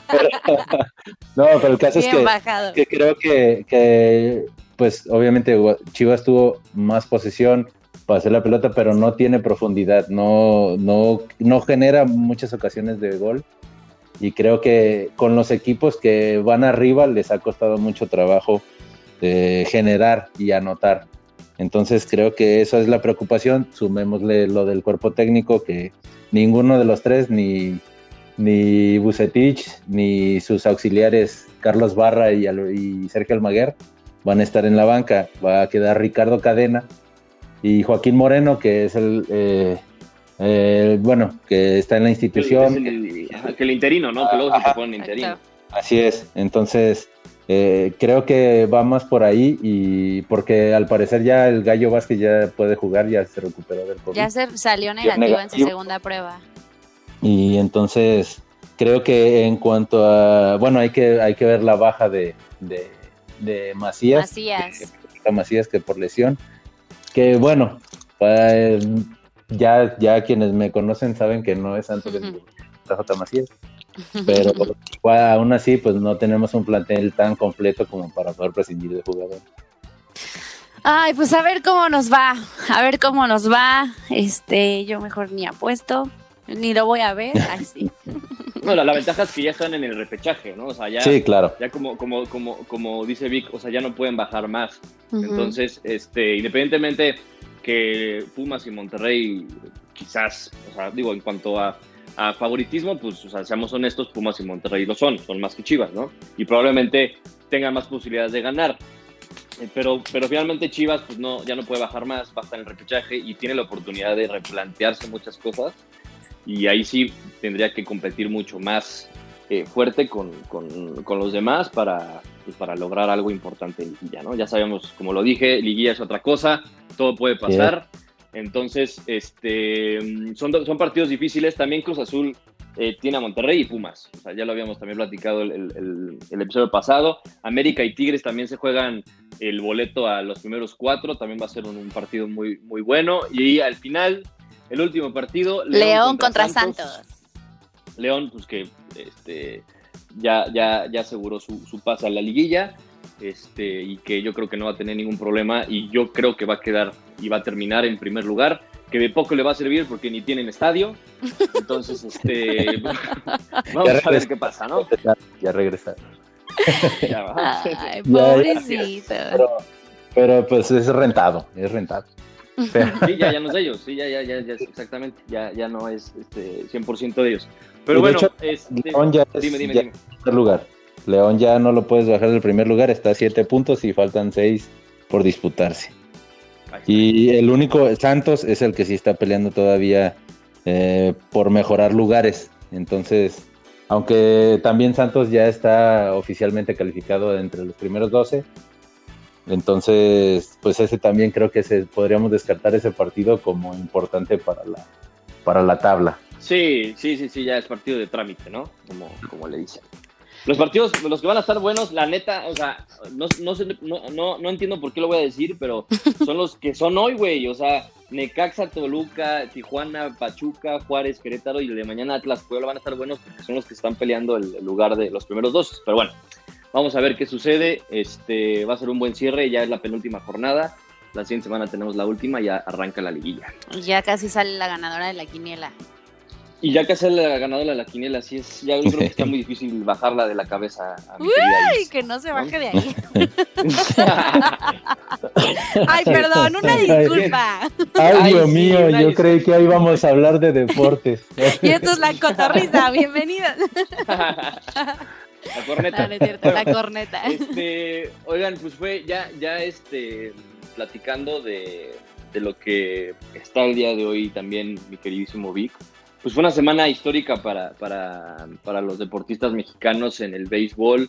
C: No, pero el caso es
A: Bien
C: que
A: bajado.
C: que creo que, que, pues obviamente Chivas tuvo más posesión para hacer la pelota, pero no tiene profundidad, no, no, no genera muchas ocasiones de gol. Y creo que con los equipos que van arriba les ha costado mucho trabajo eh, generar y anotar. Entonces creo que esa es la preocupación. Sumémosle lo del cuerpo técnico, que ninguno de los tres, ni, ni Bucetich, ni sus auxiliares Carlos Barra y, Al- y Sergio Almaguer van a estar en la banca. Va a quedar Ricardo Cadena y Joaquín Moreno, que es el, eh, el- bueno, que está en la institución.
B: Es el, ajá, que el interino, ¿no? Que luego se te pone interino.
A: Exacto.
C: Así es, entonces eh, creo que va más por ahí, y porque al parecer ya el Gallo Vázquez ya puede jugar, ya se recuperó del COVID.
A: Ya se salió negativo, en su
C: negativo.
A: segunda prueba.
C: Y entonces creo que en cuanto a, bueno, hay que, hay que ver la baja de, de, de Macías,
A: Macías.
C: a Macías que por lesión, que bueno, pues, ya, ya quienes me conocen saben que no es santo de mi J J Macías, pero igual, aún así pues no tenemos un plantel tan completo como para poder prescindir de jugador.
A: Ay, pues a ver cómo nos va, a ver cómo nos va. Este, yo mejor ni apuesto, ni lo voy a ver. Ay, sí.
B: No, la, la ventaja es que ya están en el repechaje, ¿no? O sea, ya,
C: Sí, claro.
B: ya como, como, como, como dice Vic, o sea, ya no pueden bajar más.
A: Ujú.
B: Entonces, este, independientemente que Pumas y Monterrey, quizás, o sea, digo, en cuanto a, a favoritismo, pues, o sea, seamos honestos, Pumas y Monterrey lo son, son más que Chivas, ¿no? Y probablemente tengan más posibilidades de ganar. Eh, Pero, pero finalmente Chivas, pues no, ya no puede bajar más, va a estar en el repechaje y tiene la oportunidad de replantearse muchas cosas. Y ahí sí tendría que competir mucho más eh, fuerte con, con, con los demás para, pues, para lograr algo importante en liguilla, ¿no? Ya sabemos, como lo dije, liguilla es otra cosa, todo puede pasar. Entonces, este, son, son partidos difíciles. También Cruz Azul eh, tiene a Monterrey y Pumas. O sea, ya lo habíamos también platicado el, el, el, el episodio pasado. América y Tigres también se juegan el boleto a los primeros cuatro. También va a ser un, un partido muy, muy bueno. Y al final, el último partido, León,
A: León
B: contra,
A: contra
B: Santos.
A: Santos.
B: León, pues que este, ya, ya, ya aseguró su, su pase a la liguilla, este, y que yo creo que no va a tener ningún problema, y yo creo que va a quedar y va a terminar en primer lugar, que de poco le va a servir porque ni tienen estadio. Entonces, este, vamos a ver qué pasa, ¿no?
C: Ya regresaron.
B: Ya va.
A: Ay,
C: Ya, ya,
A: pobrecito.
C: Pero, pero pues es rentado, es rentado. Pero,
B: Sí, ya, ya no es de ellos, sí, ya, ya, ya, ya, exactamente, ya, ya no es este, cien por ciento de ellos. Pero
C: Y de
B: bueno,
C: hecho,
B: este,
C: León ya es-
B: dime, dime,
C: ya-
B: dime.
C: primer lugar. León ya no lo puedes bajar del primer lugar, está a siete puntos y faltan seis por disputarse.
B: Ahí está.
C: Y el único, Santos, es el que sí está peleando todavía eh, por mejorar lugares. Entonces, aunque también Santos ya está oficialmente calificado entre los primeros doce, entonces, pues ese también creo que se, podríamos descartar ese partido como importante para la, para la tabla.
B: Sí, sí, sí, sí, ya es partido de trámite, ¿no? Como, como le dicen. Los partidos, los que van a estar buenos, la neta, o sea, no, no, sé, no, no, no entiendo por qué lo voy a decir, pero son los que son hoy, güey. O sea, Necaxa, Toluca, Tijuana, Pachuca, Juárez, Querétaro y el de mañana Atlas, Puebla van a estar buenos porque son los que están peleando el, el lugar de los primeros dos. Pero bueno, vamos a ver qué sucede. Este va a ser un buen cierre, ya es la penúltima jornada. La siguiente semana tenemos la última y ya arranca la liguilla.
A: Ya casi sale la ganadora de la quiniela.
B: Y ya que hacer la ganadora de la quiniela, así es, ya yo creo que está muy difícil bajarla de la cabeza a mi querida
A: Uy,
B: Is,
A: que no se
B: ¿no?
A: baje de ahí. Ay, perdón, una disculpa.
C: Ay,
B: Ay,
C: Dios
B: sí,
C: mío,
B: una
C: yo
B: disculpa.
C: creí que ahí íbamos a hablar de deportes.
A: Y esto es la cotorriza, bienvenidos.
B: La corneta.
A: No, no es cierto, la corneta.
B: Este, oigan, pues fue ya, ya este, platicando de, de lo que está el día de hoy también, mi queridísimo Vic. Pues fue una semana histórica para, para, para los deportistas mexicanos en el béisbol.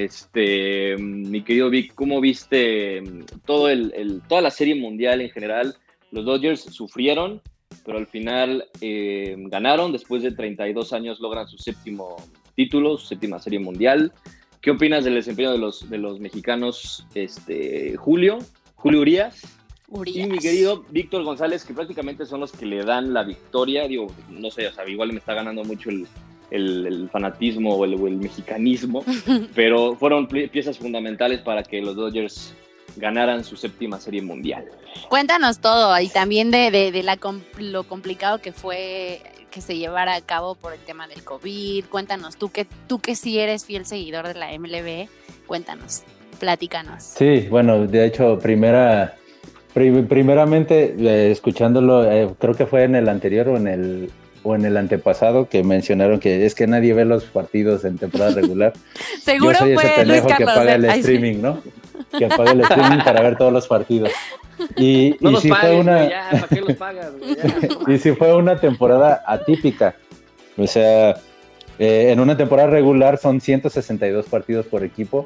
B: Este, mi querido Vic, ¿cómo viste todo el, el, toda la serie mundial en general? Los Dodgers sufrieron, pero al final eh, ganaron. Después de treinta y dos años logran su séptimo título, su séptima serie mundial. ¿Qué opinas del desempeño de los, de los mexicanos, este, Julio, Julio Urias?
A: Urias.
B: Y mi querido Víctor González, que prácticamente son los que le dan la victoria. Digo, no sé, o sea, igual me está ganando mucho el, el, el fanatismo o el, o el mexicanismo, pero fueron piezas fundamentales para que los Dodgers ganaran su séptima serie mundial.
A: Cuéntanos todo y también de, de, de la, lo complicado que fue que se llevara a cabo por el tema del COVID. Cuéntanos, tú que, tú que sí eres fiel seguidor de la M L B, cuéntanos, platícanos.
C: Sí, bueno, de hecho, primera... Primeramente, eh, escuchándolo, eh, creo que fue en el anterior o en el o en el antepasado que mencionaron que es que nadie ve los partidos en temporada regular.
A: Seguro
C: Yo soy
A: fue
C: ese pendejo
A: Luis
C: que
A: Carlos,
C: paga el
A: ay,
C: streaming,
A: sí.
C: ¿no? Que paga el streaming para ver todos los partidos. Y,
B: No
C: y
B: los
C: sí
B: pagues,
C: fue una
B: güey, ya, ¿para qué los pagas, güey? Ya.
C: y sí fue una temporada atípica. O sea, eh, en una temporada regular son ciento sesenta y dos partidos por equipo.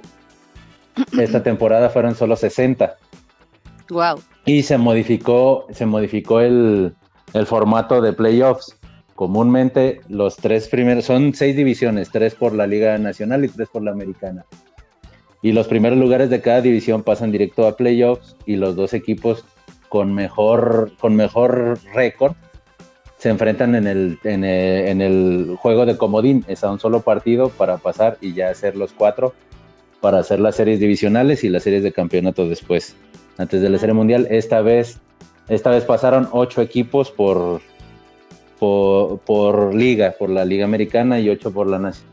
C: Esta temporada fueron solo sesenta.
A: Wow.
C: Y se modificó, se modificó el, el formato de playoffs. Comúnmente los tres primeros, son seis divisiones, tres por la Liga Nacional y tres por la Americana. Y los primeros lugares de cada división pasan directo a playoffs y los dos equipos con mejor, con mejor récord se enfrentan en el, en, el, en el juego de comodín. Es a un solo partido para pasar y ya hacer los cuatro para hacer las series divisionales y las series de campeonato después. Antes de la Serie Mundial, esta vez, esta vez pasaron ocho equipos por, por, por liga, por la Liga Americana y ocho por la Nacional.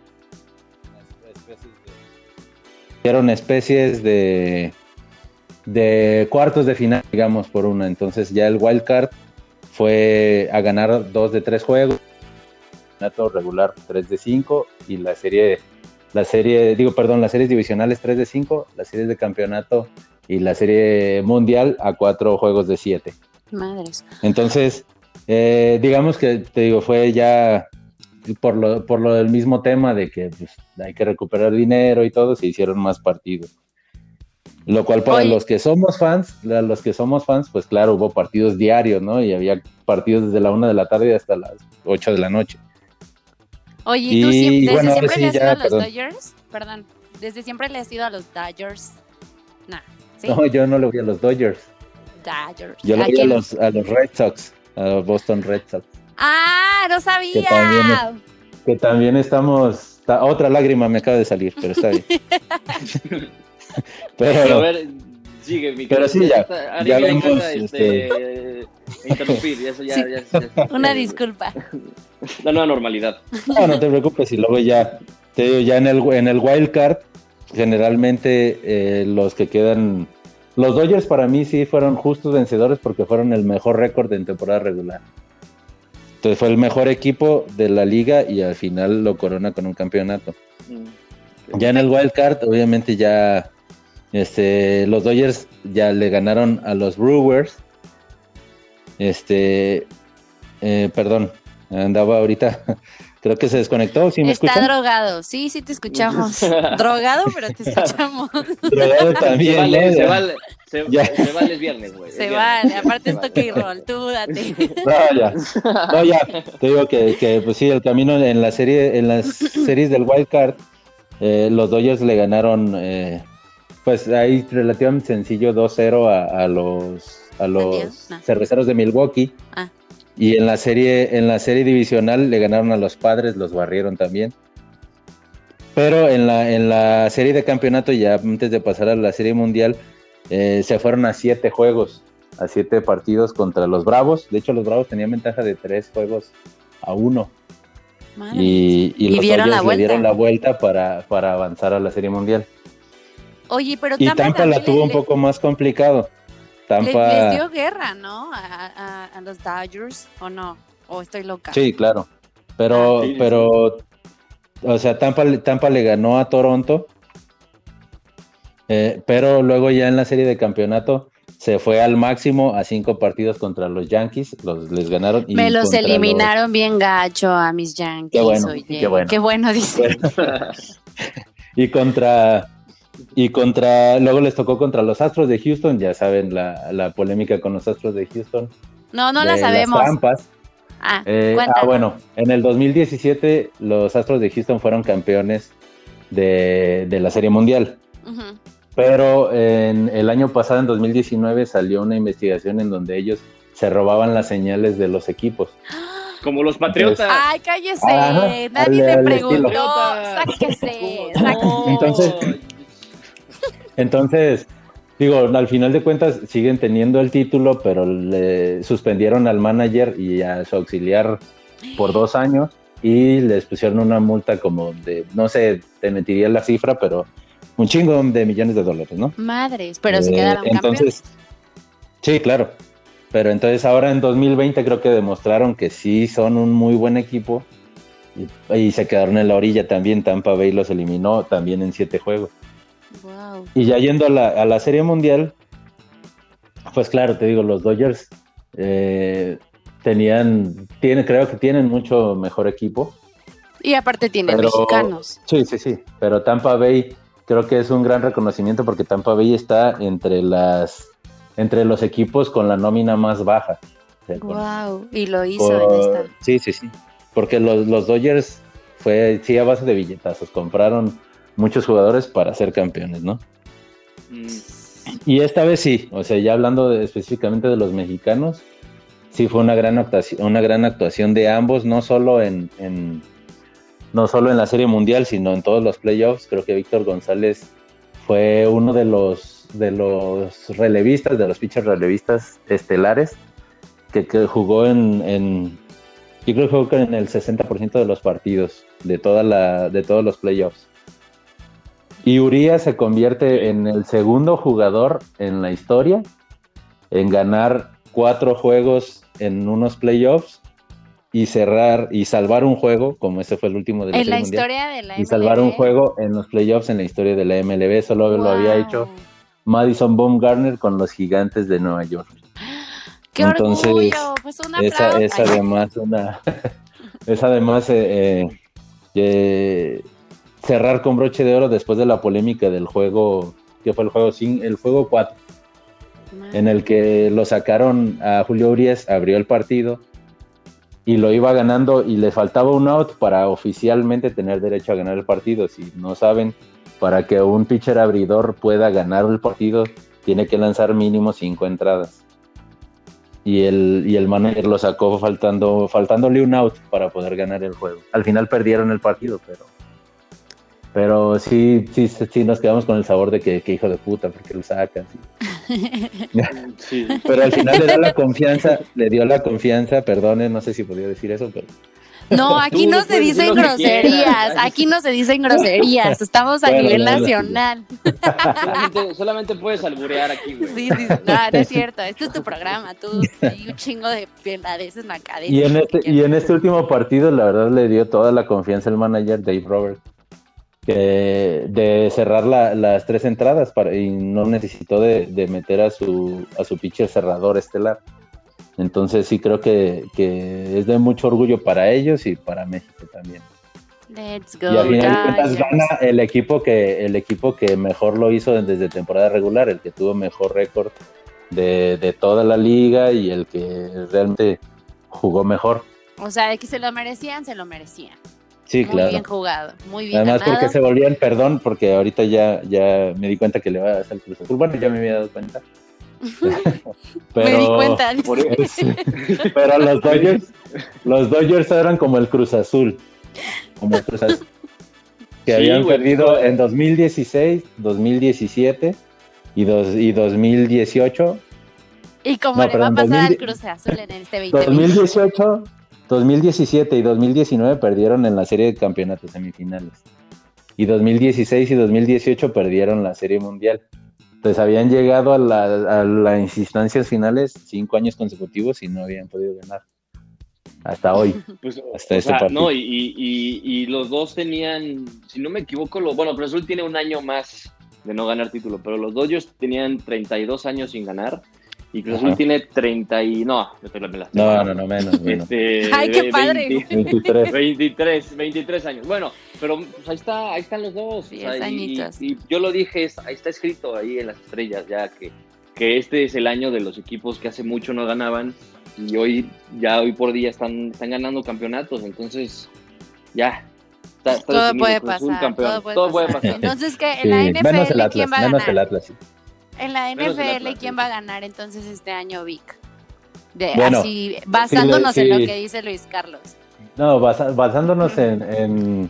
C: Hicieron especies de, de cuartos de final, digamos, por una. Entonces ya el wild card fue a ganar dos de tres juegos, campeonato regular tres de cinco y la serie, la serie, digo, perdón, las series divisionales tres de cinco, las series de campeonato y la serie mundial a cuatro juegos de siete.
A: Madres.
C: Entonces, eh, digamos que, te digo, fue ya por lo, por lo del mismo tema de que pues, hay que recuperar dinero y todo, se hicieron más partidos. Lo cual para
A: Oye.
C: los que somos fans, los que somos fans, pues claro, hubo partidos diarios, ¿no? Y había partidos desde la una de la tarde hasta las ocho de la noche.
A: Oye,
C: Y,
A: ¿tú siempre, desde
C: bueno,
A: siempre
C: sí,
A: le has
C: ya,
A: ido a los
C: perdón.
A: Dodgers? Perdón, ¿desde siempre le has ido a los Dodgers? Nah, ¿sí?
C: No, yo no le voy a los Dodgers.
A: Dodgers.
C: Yo le
A: ¿A
C: voy a
A: quién?
C: los, a los Red Sox, a Boston Red Sox.
A: ¡Ah, no sabía!
C: Que también, que también estamos... ta- otra lágrima me acaba de salir, pero está bien.
B: Pero a
C: Pero,
B: ver, sigue, mi
C: pero sí, ya,
B: está- a
C: ya
B: Ari le
C: vemos,
B: encanta, este, interrumpir, y eso ya,
A: Sí.
B: ya, ya-
A: Una
B: eh,
A: disculpa.
B: La nueva normalidad.
C: no, no te preocupes, y luego ya, te digo, ya en el, en el wild card, generalmente eh, los que quedan... Los Dodgers para mí sí fueron justos vencedores porque fueron el mejor récord en temporada regular. Entonces fue el mejor equipo de la liga y al final lo corona con un campeonato. Ya en el wild card, obviamente ya este, los Dodgers ya le ganaron a los Brewers. Este, eh, perdón, andaba ahorita Creo que se desconectó, ¿sí me
A: Está
C: escuchan?
A: drogado, sí, sí te escuchamos. Drogado, pero te escuchamos.
C: Drogado también,
B: Se vale,
C: ¿no?
B: se
C: Ya.
B: vale, se,
C: Ya.
B: se vale, es viernes, güey. es
A: Se
B: viernes.
A: vale, aparte
B: Se
A: es
B: vale.
A: toque y roll, tú date.
C: No, ya. No, ya. Te digo que, que pues sí, el camino en la serie, en las series del Wild Card, eh, los Dodgers le ganaron, eh, pues ahí relativamente sencillo dos cero a, a los a
A: San Diego,
C: los
A: no.
C: cerveceros de Milwaukee.
A: Ah.
C: Y en la serie, en la serie divisional le ganaron a los Padres, los barrieron también. Pero en la, en la serie de campeonato, ya antes de pasar a la serie mundial, eh, se fueron a siete juegos, a siete partidos contra los Bravos. De hecho, los Bravos tenían ventaja de tres juegos a uno.
A: Madre.
C: Y, y
A: Y
C: los
A: dieron la
C: Dodgers le
A: vuelta.
C: dieron la vuelta para, para avanzar a la serie mundial.
A: Oye, pero
C: Y
A: Tampa,
C: Tampa la
A: también
C: tuvo
A: le-
C: un poco más complicado.
A: le-
C: Tampa,
A: les dio guerra, ¿no? A, a- a los Dodgers, ¿o no? ¿O estoy loca?
C: sí, claro. Pero,
B: Ah, sí, sí,
C: pero, o sea, Tampa, Tampa le ganó a Toronto. Eh, pero luego ya en la serie de campeonato se fue al máximo a cinco partidos contra los Yankees, los les ganaron. Y
A: Me los
C: contra
A: eliminaron bien gacho a mis Yankees.
C: Qué bueno,
A: oye.
C: qué bueno.
A: Qué bueno, dice.
C: los- y contra y contra luego les tocó contra los Astros de Houston, ya saben la, la polémica con los Astros de Houston.
A: No, no
C: de
A: la sabemos.
C: Las trampas.
A: Ah,
C: Eh,
A: cuéntanos.
C: ah, bueno, en el dos mil diecisiete los Astros de Houston fueron campeones de, de la Serie Mundial.
A: Ujú.
C: Pero en el año pasado, en dos mil diecinueve, salió una investigación en donde ellos se robaban las señales de los equipos.
B: Como los Patriotas.
A: Ay, cállese.
C: Ajá,
A: Nadie
C: al-
A: me
C: al
A: preguntó.
C: estilo.
A: Sáquese.
B: ¿Cómo?
A: sáquese.
C: Entonces- Entonces, digo, al final de cuentas siguen teniendo el título, pero le suspendieron al manager y a su auxiliar por dos años y les pusieron una multa como de, no sé, te mentiría la cifra, pero un chingo de millones de dólares, ¿no?
A: Madres, pero se
C: Eh,
A: quedaron
C: entonces, sí, claro. Pero entonces ahora en dos mil veinte creo que demostraron que sí son un muy buen equipo y, y se quedaron en la orilla también. Tampa Bay los eliminó también en siete juegos.
A: Wow.
C: Y ya yendo a la, a la Serie Mundial, pues claro, te digo, los Dodgers eh, tenían, tiene, creo que tienen mucho mejor equipo.
A: Y aparte tienen
C: Pero-
A: mexicanos.
C: Sí, sí, sí. Pero Tampa Bay creo que es un gran reconocimiento porque Tampa Bay está entre las entre los equipos con la nómina más baja. O sea, con-
A: Wow. Y lo hizo
C: por-
A: en esta.
C: Sí, sí, sí. Porque los, los Dodgers fue sí a base de billetazos. Compraron muchos jugadores para ser campeones, ¿no?
B: Mm.
C: Y esta vez sí, o sea, ya hablando de- específicamente de los mexicanos, sí fue una gran actuación, una gran actuación de ambos, no solo en, en- no solo en la Serie Mundial, sino en todos los playoffs. Creo que Víctor González fue uno de los de los relevistas, de los pitchers relevistas estelares, que, que jugó en, en yo creo que jugó en el sesenta por ciento de los partidos de toda la de todos los playoffs. Y Urias se convierte en el segundo jugador en la historia en ganar cuatro juegos en unos playoffs y cerrar y salvar un juego, como ese fue el último de la
A: En la
C: Serie Mundial,
A: historia de la
C: y salvar
A: M L
C: un
A: B.
C: juego en los playoffs en la historia de la M L B. Solo lo había
A: Wow.
C: hecho Madison Bumgarner con los Gigantes de Nueva York.
A: ¡Qué
C: Entonces,
A: orgullo! Pues un
C: Esa
A: aplauso.
C: es
A: Ay,
C: además una es además eh, eh, eh, cerrar con broche de oro después de la polémica del juego, que fue el juego sin, el juego cuatro,
A: madre.
C: en el que lo sacaron a Julio Urias, abrió el partido y lo iba ganando y le faltaba un out para oficialmente tener derecho a ganar el partido. Si no saben, para que un pitcher abridor pueda ganar el partido, tiene que lanzar mínimo cinco entradas. Y el, y el manager lo sacó faltando, faltándole un out para poder ganar el juego. Al final perdieron el partido, pero pero sí, sí, sí nos quedamos con el sabor de que, que hijo de puta, porque lo sacas.
B: Sí.
C: Pero al final le da la confianza, le dio la confianza, perdone, no sé si podía decir eso, pero
A: No, aquí
B: Tú
A: no
B: no
A: se
B: puedes decir
A: dicen
B: lo que
A: groserías.
B: quieras.
A: Aquí no se dicen groserías. Estamos a
C: Bueno,
A: nivel
C: bueno,
A: nacional.
B: Solamente, solamente puedes alburear aquí, güey.
A: Sí, sí, sí. No, no es cierto. Este es tu programa. Tú y un chingo de peladeces macadeces.
C: y en este y en este último partido la verdad le dio toda la confianza el manager Dave Roberts, que de cerrar la, las tres entradas para, y no necesitó de, de meter a su a su pitcher cerrador estelar. Entonces sí creo que, que es de mucho orgullo para ellos y para México también.
A: Let's go,
C: y al final de cuentas
A: Dodgers.
C: gana el equipo que el equipo que mejor lo hizo desde temporada regular, el que tuvo mejor récord de, de toda la liga y el que realmente jugó mejor.
A: O sea, de que se lo merecían, se lo merecían.
C: Sí,
A: muy
C: claro.
A: bien jugado, muy bien
C: Además
A: ganado.
C: porque se volvían, perdón, porque ahorita ya, ya me di cuenta que le va a hacer el Cruz Azul. Bueno, ya me había dado cuenta. Pero,
A: me di cuenta.
B: Por eso.
C: pero los Dodgers, los Dodgers eran como el Cruz Azul, como el Cruz Azul, que
B: Sí,
C: habían
B: güey,
C: perdido
B: fue-
C: en dos mil dieciséis, dos mil diecisiete y, dos, y dos mil dieciocho.
A: Y como
C: No,
A: le
C: perdón,
A: va a pasar
C: dos mil
A: al Cruz Azul en este veinte veinte.
C: dos mil dieciocho, dos mil diecisiete y dos mil diecinueve perdieron en la serie de campeonatos semifinales. Y dos mil dieciséis y dos mil dieciocho perdieron la serie mundial. Entonces habían llegado a, la, a las instancias finales cinco años consecutivos y no habían podido ganar. Hasta hoy.
B: Pues,
C: Hasta
B: o
C: este
B: sea,
C: partido.
B: no, y, y, y los dos tenían, si no me equivoco, lo, bueno, Cruz Azul tiene un año más de no ganar título, pero los Dodgers tenían treinta y dos años sin ganar y Cruz Azul
C: Ajá.
B: tiene treinta y, no, me la, me la estoy
C: No,
B: mamando.
C: no, no, menos, menos.
B: Este,
A: Ay, qué padre.
B: veinte,
C: veintitrés.
B: veintitrés, veintitrés años. Bueno, pero pues ahí está, ahí están los dos.
A: Diez
B: o sea, y,
A: añitos.
B: y yo lo dije, es- ahí está escrito ahí en las estrellas ya que, que este es el año de los equipos que hace mucho no ganaban y hoy ya hoy por día están, están ganando campeonatos. Entonces ya está, está
A: Todo
B: definido,
A: puede
B: Cruz Azul
A: pasar,
B: campeón.
A: todo puede pasar. Entonces, ¿qué? En
C: Sí,
A: la
C: menos el
A: N F L,
C: Atlas,
A: ¿quién va a
C: menos el
A: ganar?
C: Atlas. Sí.
A: En la
B: Menos el
A: N F L,
B: Atlas,
A: ¿quién
B: sí.
A: va a ganar entonces este año, Vic? De,
C: Bueno,
A: así, basándonos
C: sí,
A: en
C: sí.
A: lo que dice Luis Carlos.
C: No, basa- basándonos en, en,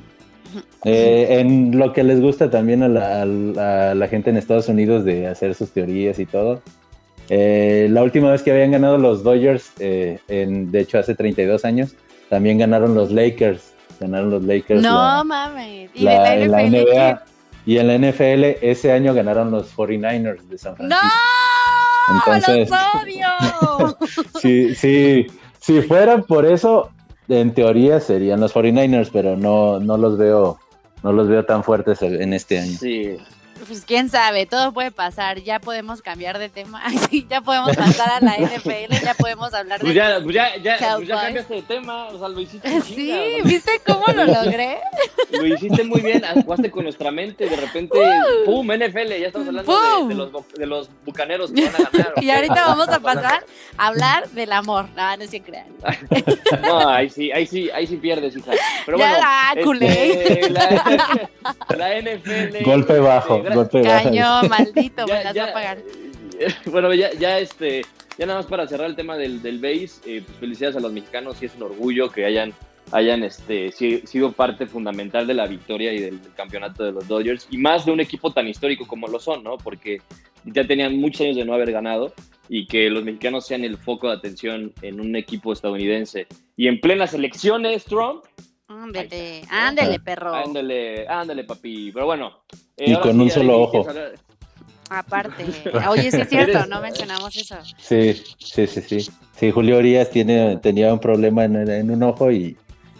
C: eh, en lo que les gusta también a la, a la- a la gente en Estados Unidos de hacer sus teorías y todo. Eh, la última vez que habían ganado los Dodgers, eh, en, de hecho hace treinta y dos años, también ganaron los Lakers. Ganaron los Lakers.
A: No
C: la-
A: mames. ¿Y
C: la-
A: de
C: en
A: la
C: la
A: N F L
C: N B A.
A: quién?
C: Y en la N F L ese año ganaron los cuarenta y nueve ers de San
A: ¡No!
C: Francisco. Entonces-
A: ¡Los odio!
C: Sí, sí, si fueran por eso, en teoría serían los cuarenta y nueve ers, pero no, no los veo, no los veo tan fuertes en este año.
B: Sí.
A: Pues quién sabe, todo puede pasar. Ya podemos cambiar de tema. Ay, sí, ya podemos pasar a la N F L, ya podemos hablar de.
B: Pues ya, pues ya, ya, pues ya
A: Cowboys.
B: cambiaste de tema, o sea, lo hiciste en
A: Sí,
B: chinga, o sea,
A: ¿viste cómo lo logré?
B: lo hiciste muy bien, jugaste con nuestra mente, de repente, ¡pum! N F L, ya estamos hablando
A: ¡Pum!
B: de, de, los, bu- de los bucaneros que van a ganar.
A: Y ahorita vamos a pasar a hablar del amor. No, no se crean.
B: No, ahí sí, ahí sí, ahí sí pierdes, hija. Pero
A: Ya,
B: bueno,
A: ah,
B: este,
A: culé.
B: la, la N F L.
C: Golpe bajo,
B: este, gra-
C: golpe bajo.
A: Cañón, maldito,
B: ya-
A: me las
B: ya-
A: va a pagar.
B: Bueno, ya, ya este, ya nada más para cerrar el tema del, del base, eh, pues felicidades a los mexicanos, sí es un orgullo que hayan, hayan este, si- sido parte fundamental de la victoria y del, del campeonato de los Dodgers, y más de un equipo tan histórico como lo son, ¿no? Porque ya tenían muchos años de no haber ganado, y que los mexicanos sean el foco de atención en un equipo estadounidense. Y en plenas elecciones, Trump,
A: Ándele, ándele, perro.
B: ándale, ándale, papi. Pero bueno. eh,
C: Y
B: ahora
C: con un
B: sí,
C: solo
B: Arely,
C: ojo.
B: ¿quieres hablar?
A: Aparte. Oye, sí es cierto,
B: Eres-
A: no mencionamos eso.
C: Sí, sí, sí, sí. Sí, Julio Urias tiene, tenía un problema en, en un ojo y,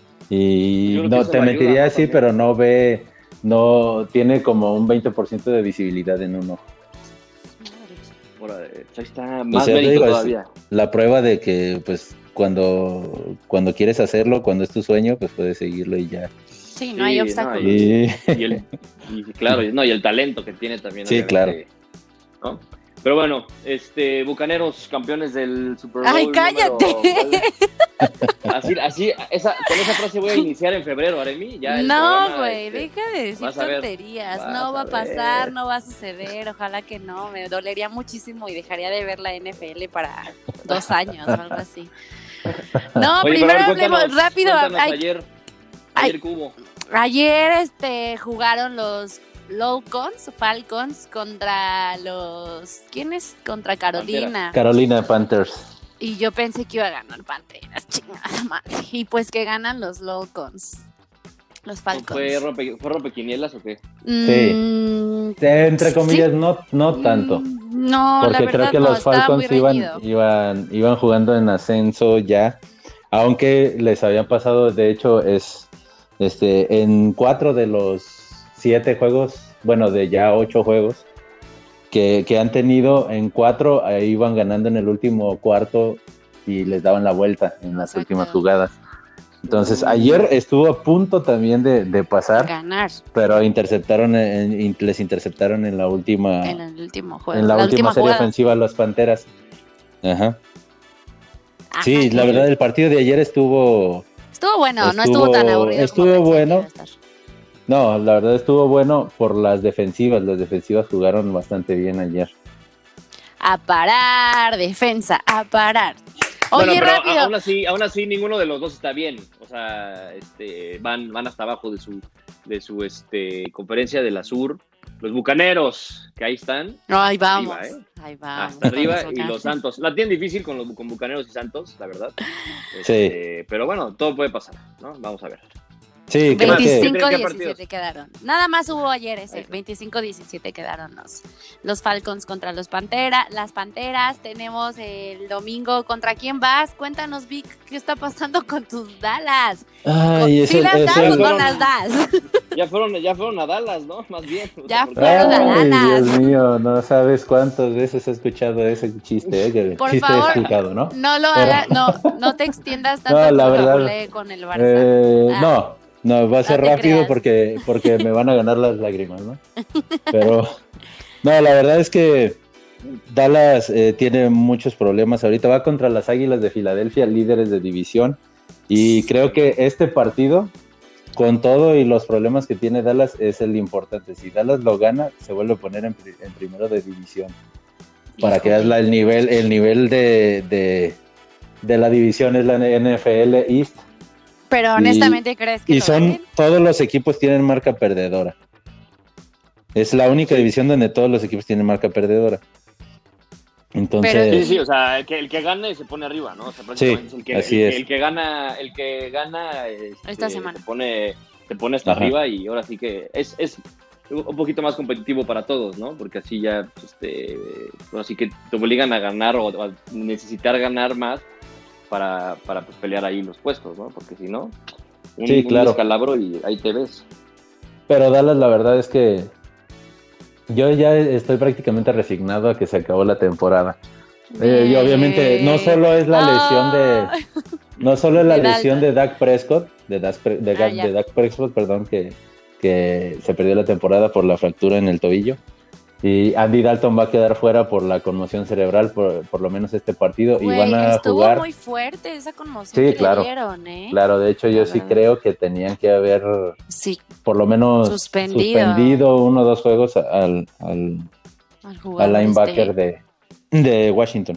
C: y
B: Yo creo que
C: no
B: eso
C: te
B: le ayuda,
C: mentiría
B: ¿no?
C: así,
B: También.
C: pero no ve, no tiene como un veinte por ciento de visibilidad en un ojo.
B: Ahora, eh, ahí está más
C: sea, te
B: mérito
C: digo, es-
B: todavía.
C: La prueba de que, pues, cuando, cuando quieres hacerlo, cuando es tu sueño, pues puedes seguirlo y ya.
A: Sí, no hay
B: Sí,
A: obstáculos.
B: no,
C: Y,
B: Y el, y claro, no, y el talento que tiene también.
C: Sí,
B: obviamente, ¿no? Pero bueno, este, Bucaneros, campeones del Super Bowl.
A: Ay, cállate.
B: número- Así, así, esa, con esa frase voy a iniciar en febrero, Aremi. Ya el
A: No,
B: programa,
A: güey,
B: este,
A: deja de decir
B: vas a ver,
A: tonterías.
B: vas
A: No va
B: a
A: a pasar,
B: ver.
A: no va a suceder. Ojalá que no. Me dolería muchísimo y dejaría de ver la N F L para dos años o algo así. No,
B: Oye, pero
A: primero
B: a ver,
A: hablemos
B: cuéntanos,
A: rápido.
B: cuéntanos
A: ay,
B: ayer,
A: ay.
B: ayer Cubo.
A: Ayer este, jugaron los Falcons, Falcons contra los... ¿Quién es? Contra Carolina.
C: Carolina Panthers.
A: Y yo pensé que iba a ganar Panteras, chingada madre. Y pues que ganan los Falcons. Los Falcons.
B: ¿Fue, rompe, ¿Fue rompequinielas o qué?
A: Mm,
C: Entre comillas,
A: sí.
C: no, no tanto.
A: Mm, No, la
C: Porque
A: verdad
C: creo que
A: no,
C: los
A: estaba muy
C: Falcons iban,
A: reñido.
C: iban, iban jugando en ascenso ya, aunque les habían pasado, de hecho, es este en cuatro de los siete juegos, bueno, de ya ocho juegos que, que han tenido, en cuatro ahí iban ganando en el último cuarto y les daban la vuelta en las
A: Exacto.
C: últimas jugadas. Entonces, ayer estuvo a punto también de, de pasar,
A: ganar
C: pero interceptaron en, in, les interceptaron en la última
A: en el último juego,
C: en la,
A: la
C: última,
A: última
C: serie
A: jugada.
C: ofensiva los Panteras. Ajá.
A: Ajá,
C: Sí, la verdad el partido de ayer estuvo
A: estuvo bueno,
C: estuvo,
A: no estuvo tan aburrido.
C: Estuvo
A: como
C: bueno. No, la verdad estuvo bueno por las defensivas. Las defensivas jugaron bastante bien ayer.
A: A parar, defensa, a parar. Oye,
B: bueno, pero
A: rápido.
B: Aún así, aún así, ninguno de los dos está bien. O sea, este, van, van hasta abajo de su, de su este, conferencia de la Sur. Los Bucaneros, que ahí están.
A: Ahí vamos,
B: arriba, ¿eh?
A: ahí vamos.
B: Hasta arriba,
A: Los
B: y los Santos. La tienen difícil con los con Bucaneros y Santos, la verdad. Este,
C: sí.
B: Pero bueno, todo puede pasar, ¿no? Vamos a ver.
C: Sí,
A: veinticinco
B: ¿Qué
A: diecisiete quedaron. Nada más hubo ayer ese. veinticinco diecisiete quedaron los, los Falcons contra los Pantera, las Panteras. Tenemos el domingo. ¿Contra quién vas? Cuéntanos, Vic, ¿qué está pasando con tus Dallas?
C: Ay,
A: ¿Sí
C: ese,
A: las das
C: ese,
A: o no las das?
B: Ya fueron, ya fueron a Dallas, ¿no? Más bien.
A: Ya
B: Porque-
A: fueron a
C: Ay,
A: Dallas.
C: Dios mío, no sabes cuántas veces he escuchado ese chiste, ¿eh? Que
A: Por
C: chiste
A: favor,
C: explicado, ¿no?
A: No lo
C: Pero-
A: hagas, no, no te extiendas tanto
C: No,
A: en
C: la
A: tu
C: verdad,
A: vocabulario con el Barça.
C: Eh,
A: Ah.
C: No, no, va a ser
A: No te
C: rápido
A: creas.
C: porque, porque me van a ganar las lágrimas, ¿no? Pero, no, la verdad es que Dallas eh, tiene muchos problemas. Ahorita va contra las Águilas de Filadelfia, líderes de división. Y creo que este partido, con todo y los problemas que tiene Dallas, es el importante. Si Dallas lo gana, se vuelve a poner en, pri- en primero de división. Para que veas la- el nivel, el nivel de, de, de la división, es la N F L East.
A: Pero honestamente, ¿crees que
C: Y
A: lo
C: son,
A: ganen?
C: todos los equipos tienen marca perdedora. Es la única división donde todos los equipos tienen marca perdedora. Entonces,
A: Pero-
B: Sí, sí, o sea, el que, el que gane se pone arriba, ¿no? O sea, prácticamente es el que,
C: así
B: el,
C: es.
B: que- el que gana, el que gana este,
A: Esta semana.
B: se pone, se pone hasta
C: Ajá.
B: arriba y ahora sí que es, es un poquito más competitivo para todos, ¿no? Porque así ya, este, bueno, así que te obligan a ganar o, o a necesitar ganar más para, para pues, pelear ahí los puestos, ¿no? Porque si no, un,
C: Sí, claro.
B: un descalabro y ahí te ves.
C: pero Dallas, la verdad es que yo ya estoy prácticamente resignado a que se acabó la temporada. Eh, y obviamente no solo es la lesión de no solo es la
A: De
C: lesión
A: Dalton.
C: de Dak Prescott, de Dak, Pre- de,
A: Ah,
C: Dak-
A: ya.
C: de Dak Prescott, perdón, que, que se perdió la temporada por la fractura en el tobillo. Y Andy Dalton va a quedar fuera por la conmoción cerebral, por, por lo menos este partido.
A: Güey,
C: y van a
A: estuvo
C: jugar.
A: muy fuerte esa conmoción
C: Sí,
A: que
C: claro.
A: le dieron, ¿eh?
C: Claro, de hecho, yo
A: La
C: sí
A: verdad.
C: creo que tenían que haber
A: Sí,
C: por lo menos
A: Suspendido.
C: suspendido uno o dos juegos al, al,
A: al jugador
C: al linebacker
A: este.
C: de, de Washington.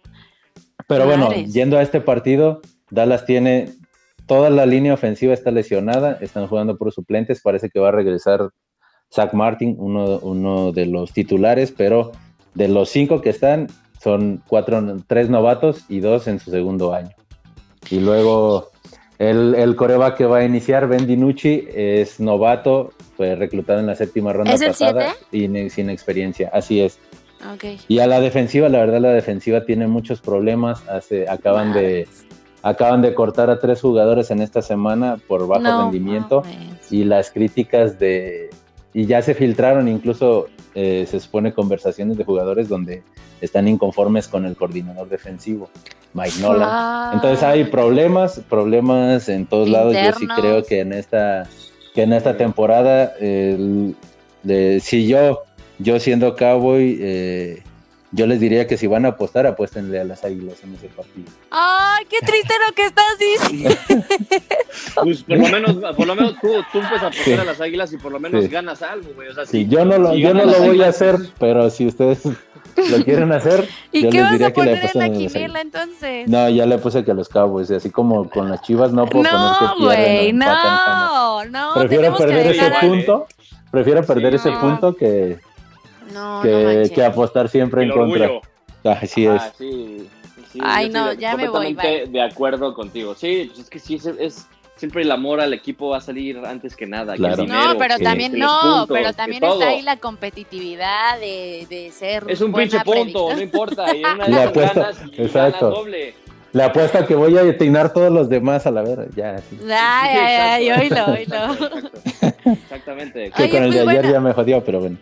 C: Pero bueno,
A: Madres.
C: yendo a este partido, Dallas tiene toda la línea ofensiva está lesionada, están jugando por suplentes, parece que va a regresar Zach Martin, uno, uno de los titulares, pero de los cinco que están, son cuatro, tres novatos y dos en su segundo año. Y luego el, el coreback que va a iniciar, Ben DiNucci, es novato, fue reclutado en la séptima ronda
A: ¿Es el
C: pasada
A: siete?
C: y ne- sin experiencia, así es.
A: Ok.
C: Y a la defensiva, la verdad, la defensiva tiene muchos problemas. Hace, acaban de acaban de cortar a tres jugadores en esta semana por bajo
A: No
C: rendimiento.
A: mames.
C: Y las críticas de... Y ya se filtraron, incluso eh, se supone conversaciones de jugadores donde están inconformes con el coordinador defensivo, Mike Nolan.
A: Ah.
C: Entonces hay problemas, problemas en todos lados. Yo sí
A: Internos.
C: creo que en esta, que en esta temporada, eh, de- si yo, yo siendo Cowboy, eh, yo les diría que si van a apostar, apuéstenle a las Águilas en ese partido.
A: Ay, qué triste lo que estás diciendo.
B: Pues por lo menos, por lo menos tú, tú puedes apostar
C: Sí.
B: a las Águilas y por lo menos
C: Sí.
B: ganas algo, güey. O sea,
C: Sí,
B: si-
C: yo no lo,
B: si
C: yo no
B: ganas
C: lo
B: las
C: voy a
B: Águilas,
C: hacer,
B: pues,
C: pero si ustedes lo quieren hacer,
A: ¿Y
C: yo
A: qué
C: les
A: vas
C: diría
A: a
C: que le
A: poner en
C: apuesten
A: la
C: a las
A: quiniela
C: Águilas.
A: entonces?
C: No, ya le puse que a los Cowboys, y así como con las Chivas no puedo
A: No,
C: poner que pierden o
A: güey,
C: empatan jamás.
A: no, no,
C: Prefiero
A: tenemos
C: perder
A: que
C: ese
A: dejar a-
B: igual, ¿eh?
C: punto, prefiero perder
B: Sí,
C: ese
A: no.
C: punto que,
A: No, no
C: que,
A: manches.
C: que apostar siempre
B: el
C: en contra.
B: orgullo.
C: Así es.
B: Ah, sí, sí,
A: Ay,
B: yo
A: no,
B: estoy
A: ya me voy,
B: completamente
A: bye.
B: de acuerdo contigo. Sí, pues es que sí, es, es- siempre el amor al equipo va a salir antes que nada.
C: Claro.
B: Que el dinero,
A: No, pero
C: Sí.
A: también
B: que los
A: no,
B: puntos,
A: pero
B: que
A: también
B: todo.
A: está ahí la competitividad de, de ser
B: Es un
A: buena
B: pinche punto,
A: predictora.
B: no importa. Y en una
C: Le
B: de esas
C: apuesto,
B: ganas y
C: exacto.
B: ganas doble.
C: Le apuesto a que voy a atinar todos los demás a la vera. Ya, sí.
A: Ay,
B: Sí,
A: ay, ay,
B: exacto,
A: oílo,
B: exacto,
A: oílo.
B: exacto. Exactamente.
C: Que
A: Oye,
C: con el
A: pues
C: de ayer
A: bueno.
C: ya me jodió, pero bueno.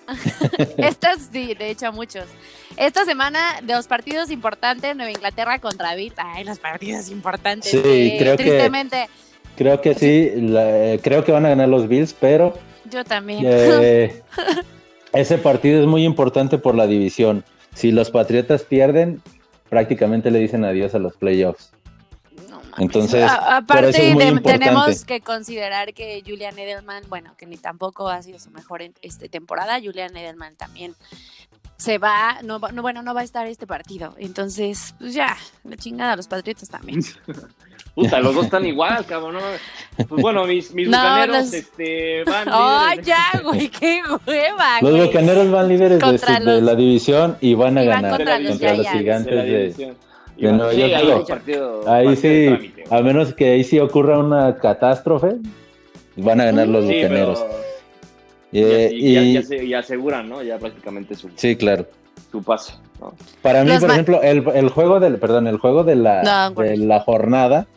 A: Estas sí, de hecho muchos. Esta semana, de los partidos importantes, Nueva Inglaterra contra Bills. Ay, los partidos importantes.
C: Sí,
A: eh,
C: creo
A: tristemente.
C: que creo que sí, la, creo que van a ganar los Bills, pero
A: Yo también.
C: eh, ese partido es muy importante por la división. Si los Patriotas pierden, prácticamente le dicen adiós a los playoffs.
A: No mames.
C: Entonces,
A: A-
C: por
A: aparte
C: eso es muy
A: de-
C: importante.
A: tenemos que considerar que Julian Edelman, bueno, que ni tampoco ha sido su mejor en, este, temporada, Julian Edelman también se va, no, va- no bueno, no va a estar este partido. Entonces, pues ya, la chingada a los Patriotas también.
B: Puta, los dos están igual, cabrón. ¿no? Pues bueno, mis, mis
A: No,
B: bucaneros
A: los-
B: este, van
A: ¡Ay,
B: líderes.
A: ya, güey! ¡Qué hueva,
C: Los
A: güey!
C: Bucaneros van líderes de,
A: Contra
C: su- de
A: los-
C: la división y van a
A: y van
C: ganar
A: contra
B: los
C: contra los
A: Giants.
C: gigantes
B: de la
C: de,
B: división.
C: de Nueva
B: Sí,
C: York.
B: ahí
C: Pero
B: el partido,
C: ahí
B: partido de
C: sí,
B: trámite, güey.
C: a menos que ahí sí ocurra una catástrofe, van a ganar los
B: Sí,
C: Bucaneros.
B: pero
C: Eh,
B: y, ya,
C: y-
B: ya se- ya aseguran, ¿no? Ya prácticamente su,
C: sí, claro.
B: su pase, ¿no?
C: Para mí,
A: Los
C: por
A: ma-
C: ejemplo, el, el juego del, perdón, el juego de la,
A: No,
C: de
A: Warriors.
C: la jornada,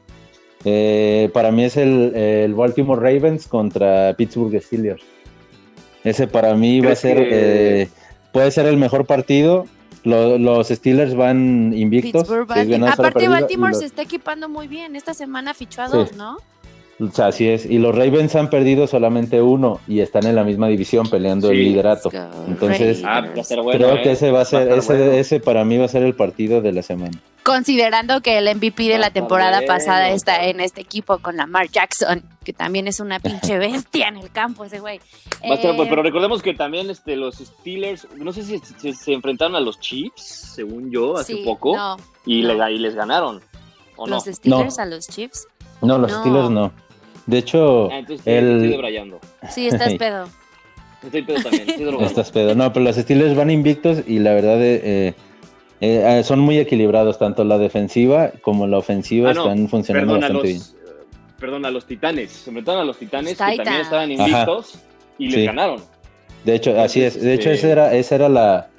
C: eh, para mí es el, el Baltimore Ravens contra Pittsburgh Steelers. Ese para mí va a
B: ¿Crees
C: ser,
B: que-
C: eh, puede ser el mejor partido. Lo- los Steelers van invictos.
A: Pittsburgh,
C: seis
A: Baltimore.
C: ganados, cero
A: Aparte,
C: perdidos, y
A: Baltimore
C: los-
A: se está equipando muy bien. Esta semana fichó a
C: Sí.
A: dos, ¿no?
C: O sea, así es. Y los Ravens han perdido solamente uno y están en la misma división peleando el
B: Sí.
C: liderato.
A: Let's go,
C: Entonces,
B: Ah, va a ser bueno.
C: creo
B: ¿eh?
C: que ese va a ser,
B: estar
C: ese,
B: bueno.
C: ese para mí va a ser el partido de la semana.
A: Considerando que el M V P de
B: Va a
A: la
B: estar
A: temporada
B: bueno,
A: pasada está
B: cabrón.
A: en este equipo con Lamar Jackson, que también es una pinche bestia en el campo ese güey.
B: Va a ser,
A: Eh,
B: pero recordemos que también este, los Steelers, no sé si se, se enfrentaron a los Chiefs, según yo, hace
A: sí,
B: poco,
A: no,
B: y,
A: no.
B: le- y les ganaron, ¿o
A: los
B: no?
A: Steelers
C: No.
A: a los Chiefs.
C: No, los
A: No.
C: Steelers no. De hecho,
B: Ah, entonces estoy,
C: el...
B: estoy debrayando.
A: Sí, estás pedo.
B: Estoy pedo también, estoy drogado.
C: Estás pedo. No, pero los Steelers van invictos y la verdad eh, eh, eh, son muy equilibrados. Tanto la defensiva como la ofensiva
B: Ah, no,
C: están funcionando
B: perdón, a
C: bastante
B: los, eh, perdón, a los Titanes. Se enfrentaron a los Titanes,
A: Los
B: que también
A: Titans.
B: estaban invictos, y les
C: Sí.
B: ganaron.
C: bien. De hecho, así es. De hecho,
B: Este-
C: esa era, esa era la,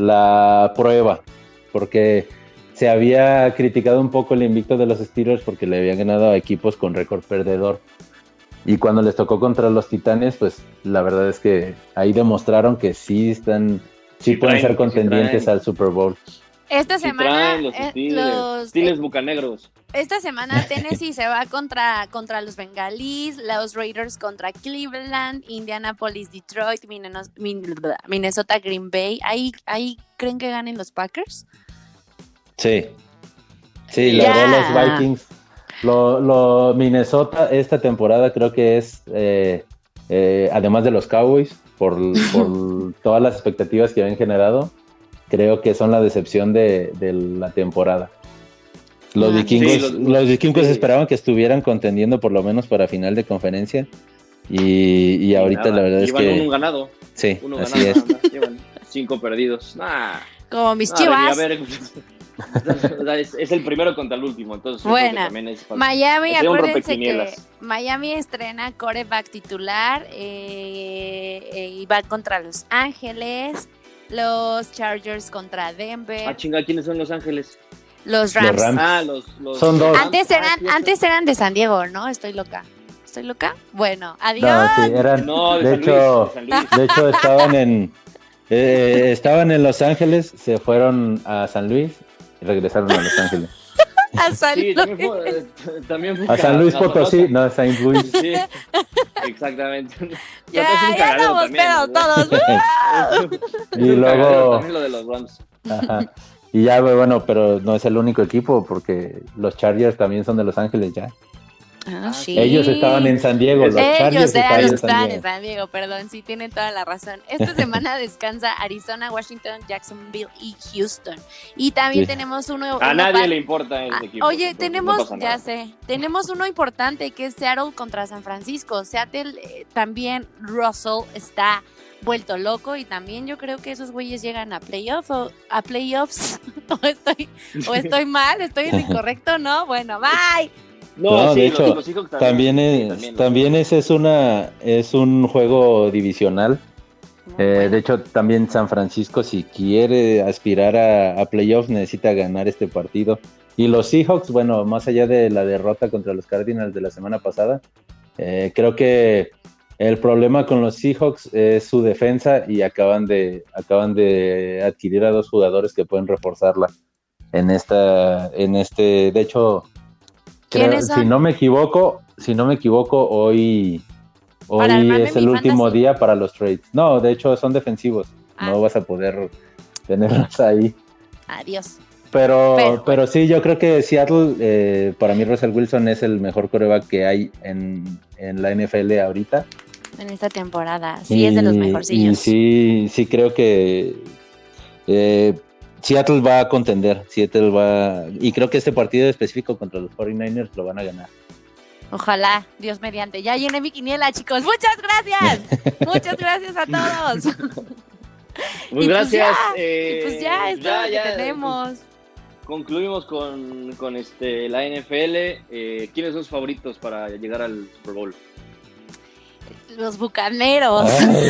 C: la prueba. Porque se había criticado un poco el invicto de los Steelers porque le habían ganado a equipos con récord perdedor. Y cuando les tocó contra los Titanes, pues la verdad es que ahí demostraron que sí están, sí,
B: Sí
C: pueden
B: traen,
C: ser
B: sí
C: contendientes
B: traen.
C: al Super Bowl.
A: Esta
B: Sí
A: semana,
B: traen los
A: eh,
B: Steelers,
A: los-
B: Steelers bucanegros.
A: esta semana Tennessee se va contra, contra los Bengalís, los Raiders contra Cleveland, Indianapolis, Detroit, Minnenos- Min- Minnesota, Green Bay. ¿Ahí, ahí creen que ganen los Packers?
C: Sí. Sí, la
A: Ya.
C: verdad los Vikings, lo, lo Minnesota esta temporada creo que es, eh, eh, además de los Cowboys, por, por todas las expectativas que habían generado, creo que son la decepción de, de la temporada. Los
A: Ah,
C: vikingos,
B: sí, los-
C: los vikingos
B: sí.
C: esperaban que estuvieran contendiendo por lo menos para final de conferencia y, y ahorita
B: Nada,
C: la verdad es
B: llevan
C: que
B: un ganado,
C: sí,
B: uno
C: así
B: ganado,
C: es.
B: nada más, llevan cinco perdidos. Nah,
A: Como mis
B: nah,
A: Chivas.
B: a ver, o sea, es, es el primero contra el último, entonces yo
A: Bueno,
B: creo que también es falta.
A: Miami,
B: Sería un
A: acuérdense que
B: rompequinielas.
A: Miami estrena quarterback titular eh, eh, y va contra Los Ángeles, los Chargers contra Denver,
B: Ah, chinga, ¿quiénes son Los Ángeles?
A: los Rams.
C: Rams.
B: Ah, los, los
C: Son dos.
A: Antes
B: Ah,
A: eran,
B: sí,
A: antes eran de San Diego, ¿no? Estoy loca. ¿Estoy loca? Bueno, adiós.
C: No, sí, eran,
B: No, de,
C: de
B: San
C: hecho,
B: Luis, de San Luis.
C: de hecho estaban en eh, estaban en Los Ángeles, se fueron a San Luis y regresaron a Los Ángeles.
A: A San
B: Sí,
A: Luis.
B: también fue, eh, también fue
C: A San Luis
B: Cagazosa.
C: Potosí, no, a Saint Louis.
B: Sí, exactamente.
A: Ya,
B: Es un
A: ya
B: cagadero
A: estamos
B: también,
A: pedos
B: ¿no?
A: todos.
B: Es
C: Y
B: un
C: luego-
B: cagadero también lo de los Rams.
C: Ajá. Y ya, bueno, pero no es el único equipo porque los Chargers también son de Los Ángeles ya.
A: Ah, sí.
C: Ellos estaban en San Diego, los
A: Ellos
C: Chargers
A: eran
C: estaban
A: los
C: en
A: que
C: San
A: estaban en
C: Diego.
A: San Diego, perdón, sí, tienen toda la razón. Esta semana descansa Arizona, Washington, Jacksonville y Houston. Y también
C: Sí.
A: tenemos uno...
B: A
A: uno
B: nadie
A: pa-
B: le importa ese
A: Ah,
B: equipo.
A: Oye,
B: entonces
A: tenemos,
B: no pasa
A: ya
B: nada.
A: sé, tenemos uno importante que es Seattle contra San Francisco. Seattle eh, también, Russell está vuelto loco y también yo creo que esos güeyes llegan a playoff o a playoffs o estoy o estoy mal, estoy en lo incorrecto, ¿no? Bueno, bye.
B: No,
C: No,
B: sí,
C: de
B: los-
C: hecho,
B: los Seahawks
C: También
B: sí,
C: es,
B: también.
C: también ese es una es un juego divisional.
A: Muy
C: Eh,
A: bueno.
C: de hecho, también San Francisco, si quiere aspirar a, a playoffs, necesita ganar este partido. Y los Seahawks, bueno, más allá de la derrota contra los Cardinals de la semana pasada, eh, creo que El problema con los Seahawks es su defensa y acaban de acaban de adquirir a dos jugadores que pueden reforzarla en esta en este de hecho creo, si no me equivoco si no me equivoco hoy hoy es el último fantasy. Día para los trades. No, de hecho son defensivos. Ah. No vas a poder tenerlos ahí.
A: Adiós.
C: Pero, pero, pero sí, yo creo que Seattle, eh, para mí Russell Wilson es el mejor quarterback que hay en, en la N F L ahorita.
A: En esta temporada, sí, y, es de los mejorcillos.
C: Y sí, sí creo que eh, Seattle va a contender, Seattle va, y creo que este partido específico contra los cuarenta y nueve ers lo van a ganar.
A: Ojalá, Dios mediante. Ya llené mi quiniela, chicos. Muchas gracias. Muchas gracias a todos.
B: Pues gracias.
A: Pues ya,
B: eh,
A: y pues ya, es todo lo que tenemos.
B: Concluimos con, con este, la N F L. Eh, ¿Quiénes son sus favoritos para llegar al Super Bowl?
A: Los Bucaneros.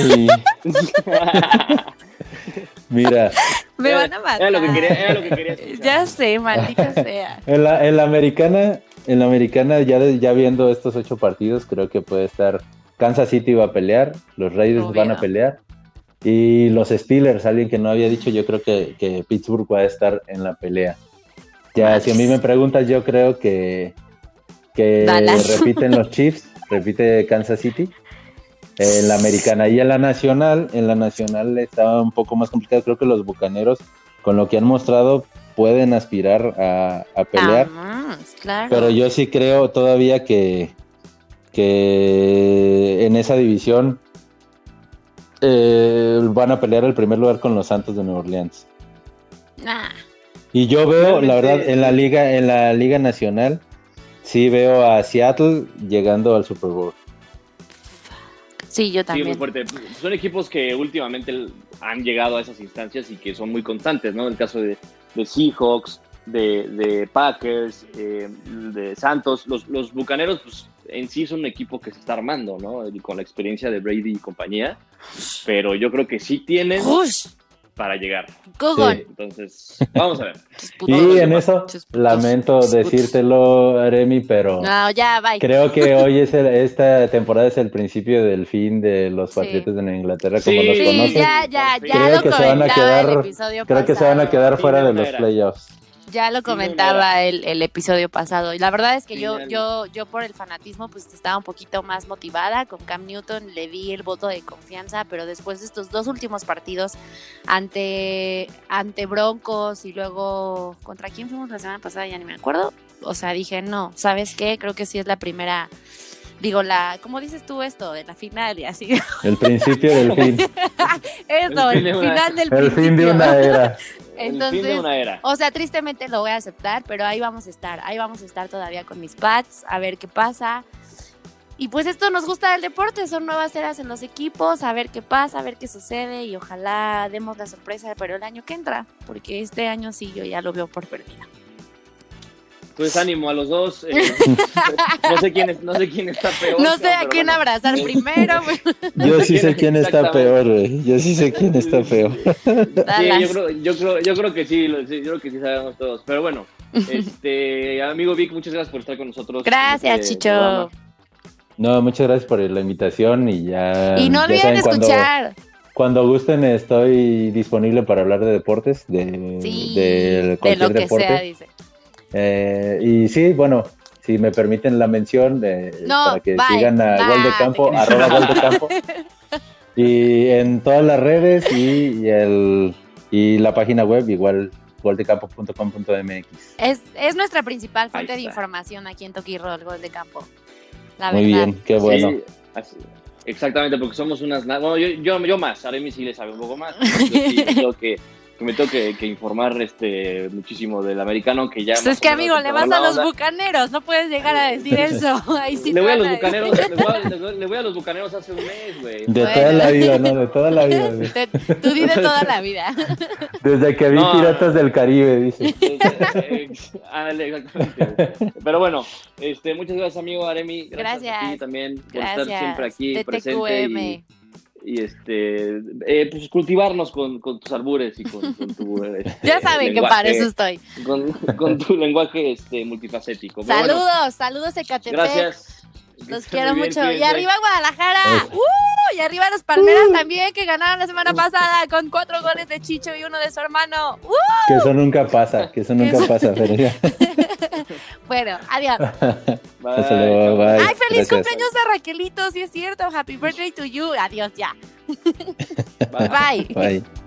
C: Mira.
A: Me era, van a matar.
B: Era lo que quería, era lo que quería escuchar.
A: Ya sé, maldita sea.
C: En la, en la americana, en la americana ya, ya viendo estos ocho partidos, creo que puede estar Kansas City va a pelear, los Raiders Obvio. van a pelear. Y los Steelers, alguien que no había dicho, yo creo que, que Pittsburgh va a estar en la pelea. Ya, si a mí me preguntas, yo creo que, que repiten los Chiefs, repite Kansas City. En la americana y en la nacional, en la nacional estaba un poco más complicado. Creo que los Bucaneros, con lo que han mostrado, pueden aspirar a, a pelear.
A: Ah, claro.
C: Pero yo sí creo todavía que, que en esa división Eh, van a pelear el primer lugar con los Santos de Nueva Orleans.
A: Ah.
C: Y yo veo, la verdad, en la liga, en la liga nacional, sí veo a Seattle llegando al Super Bowl.
A: Sí, yo también.
B: Sí, muy fuerte. Son equipos que últimamente han llegado a esas instancias y que son muy constantes, ¿no? El caso de, de Seahawks, de, de Packers, eh, de Santos. Los, los Bucaneros, pues, en sí son un equipo que se está armando, ¿no? Y con la experiencia de Brady y compañía, pero yo creo que sí tienen
A: Ush.
B: para llegar.
A: Sí.
B: Entonces, vamos a ver.
C: Y en eso, lamento decírtelo, Aremi, pero
A: no, ya, bye.
C: Creo que hoy es el, esta temporada es el principio del fin de los Patriotas sí. de Inglaterra, como
A: sí,
C: los conocen.
A: Sí, ya, ya, ya
C: creo
A: lo
C: que se van a quedar, creo
A: pasado.
C: que se van a quedar fuera de los playoffs.
A: Ya lo comentaba el, el episodio pasado y la verdad es que sí, yo, yo, yo por el fanatismo pues estaba un poquito más motivada con Cam Newton, le di el voto de confianza, pero después de estos dos últimos partidos ante, ante Broncos y luego ¿contra quién fuimos la semana pasada? Ya ni me acuerdo, o sea dije no, ¿sabes qué? Creo que sí es la primera, digo la, ¿cómo dices tú esto? De la final y así.
C: El principio del fin.
A: Eso, el, el final del
C: el
A: principio.
C: El fin de una era.
A: Entonces, o sea, tristemente lo voy a aceptar, pero ahí vamos a estar, ahí vamos a estar todavía con mis Pats, a ver qué pasa. Y pues esto nos gusta del deporte, son nuevas eras en los equipos, a ver qué pasa, a ver qué sucede y ojalá demos la sorpresa, pero el año que entra, porque este año sí yo ya lo veo por perdido.
B: Pues ánimo a los dos. Eh, no sé quién es, no sé quién está peor.
A: No sé a quién bueno. abrazar primero.
C: Yo sí sé quién está peor, güey. Yo sí sé quién está peor.
B: Sí, yo creo, yo creo, yo creo que sí, yo creo que sí sabemos todos. Pero bueno, este amigo Vic, muchas gracias por estar con nosotros.
A: Gracias, este Chicho. Programa.
C: No, muchas gracias por la invitación y ya.
A: Y no olviden escuchar.
C: Cuando, cuando gusten, estoy disponible para hablar de deportes, de,
A: sí,
C: de cualquier
A: de lo que
C: deporte.
A: sea, dice.
C: Eh, y sí, bueno, si me permiten la mención eh,
A: no,
C: para que
A: bye,
C: sigan a
A: bye,
C: Gol de Campo, arroba Gol de Campo y en todas las redes y, y el y la página web igual gol de campo punto com punto m x.
A: Es, es nuestra principal fuente de información aquí en Toki Roll, Gol de Campo. La
C: Muy
A: verdad.
C: bien, qué bueno.
B: Sí, así, exactamente, porque somos unas, bueno, yo, yo, yo más, Aremi sí le sabe un poco más. Yo sí creo que que me tengo que, que informar este muchísimo del americano que ya...
A: Pues es que amigo, le vas a los Bucaneros, no puedes llegar a decir eso. Ahí sí
B: le voy a los Bucaneros, le voy a, le voy a los Bucaneros hace un mes, güey.
C: De bueno. toda la vida, ¿no? De toda la vida.
A: De, tú di de toda la vida.
C: Desde que vi no, Piratas del Caribe, dice.
B: Ah, exactamente. Pero bueno, este, muchas gracias, amigo Aremi. Gracias, gracias. a ti también por
A: gracias.
B: estar siempre aquí
A: de
B: presente.
A: T Q M.
B: Y, y este eh, pues cultivarnos con, con tus albures y con, con tu este,
A: ya saben lenguaje, que para eso estoy
B: con, con tu lenguaje este multifacético.
A: Saludos, bueno, saludos Ecatepec.
B: Gracias,
A: Los
B: Que
A: quiero
B: esté muy
A: mucho.
B: bien,
A: Y
B: cuídense.
A: arriba Guadalajara.
C: Eso.
A: ¡Uh! Y arriba los Palmeras también, que ganaron la semana pasada con cuatro goles de Chicho y uno de su hermano. ¡Uh!
C: Que eso nunca pasa, que eso nunca
A: Eso-
C: pasa, pero ya.
A: Bueno, adiós.
B: Bye,
C: Hasta luego,
B: chao.
C: bye.
A: Ay, feliz
C: Gracias.
A: cumpleaños a Raquelito, sí es cierto. Happy birthday to you. Adiós ya.
B: Bye.
A: Bye.
C: Bye.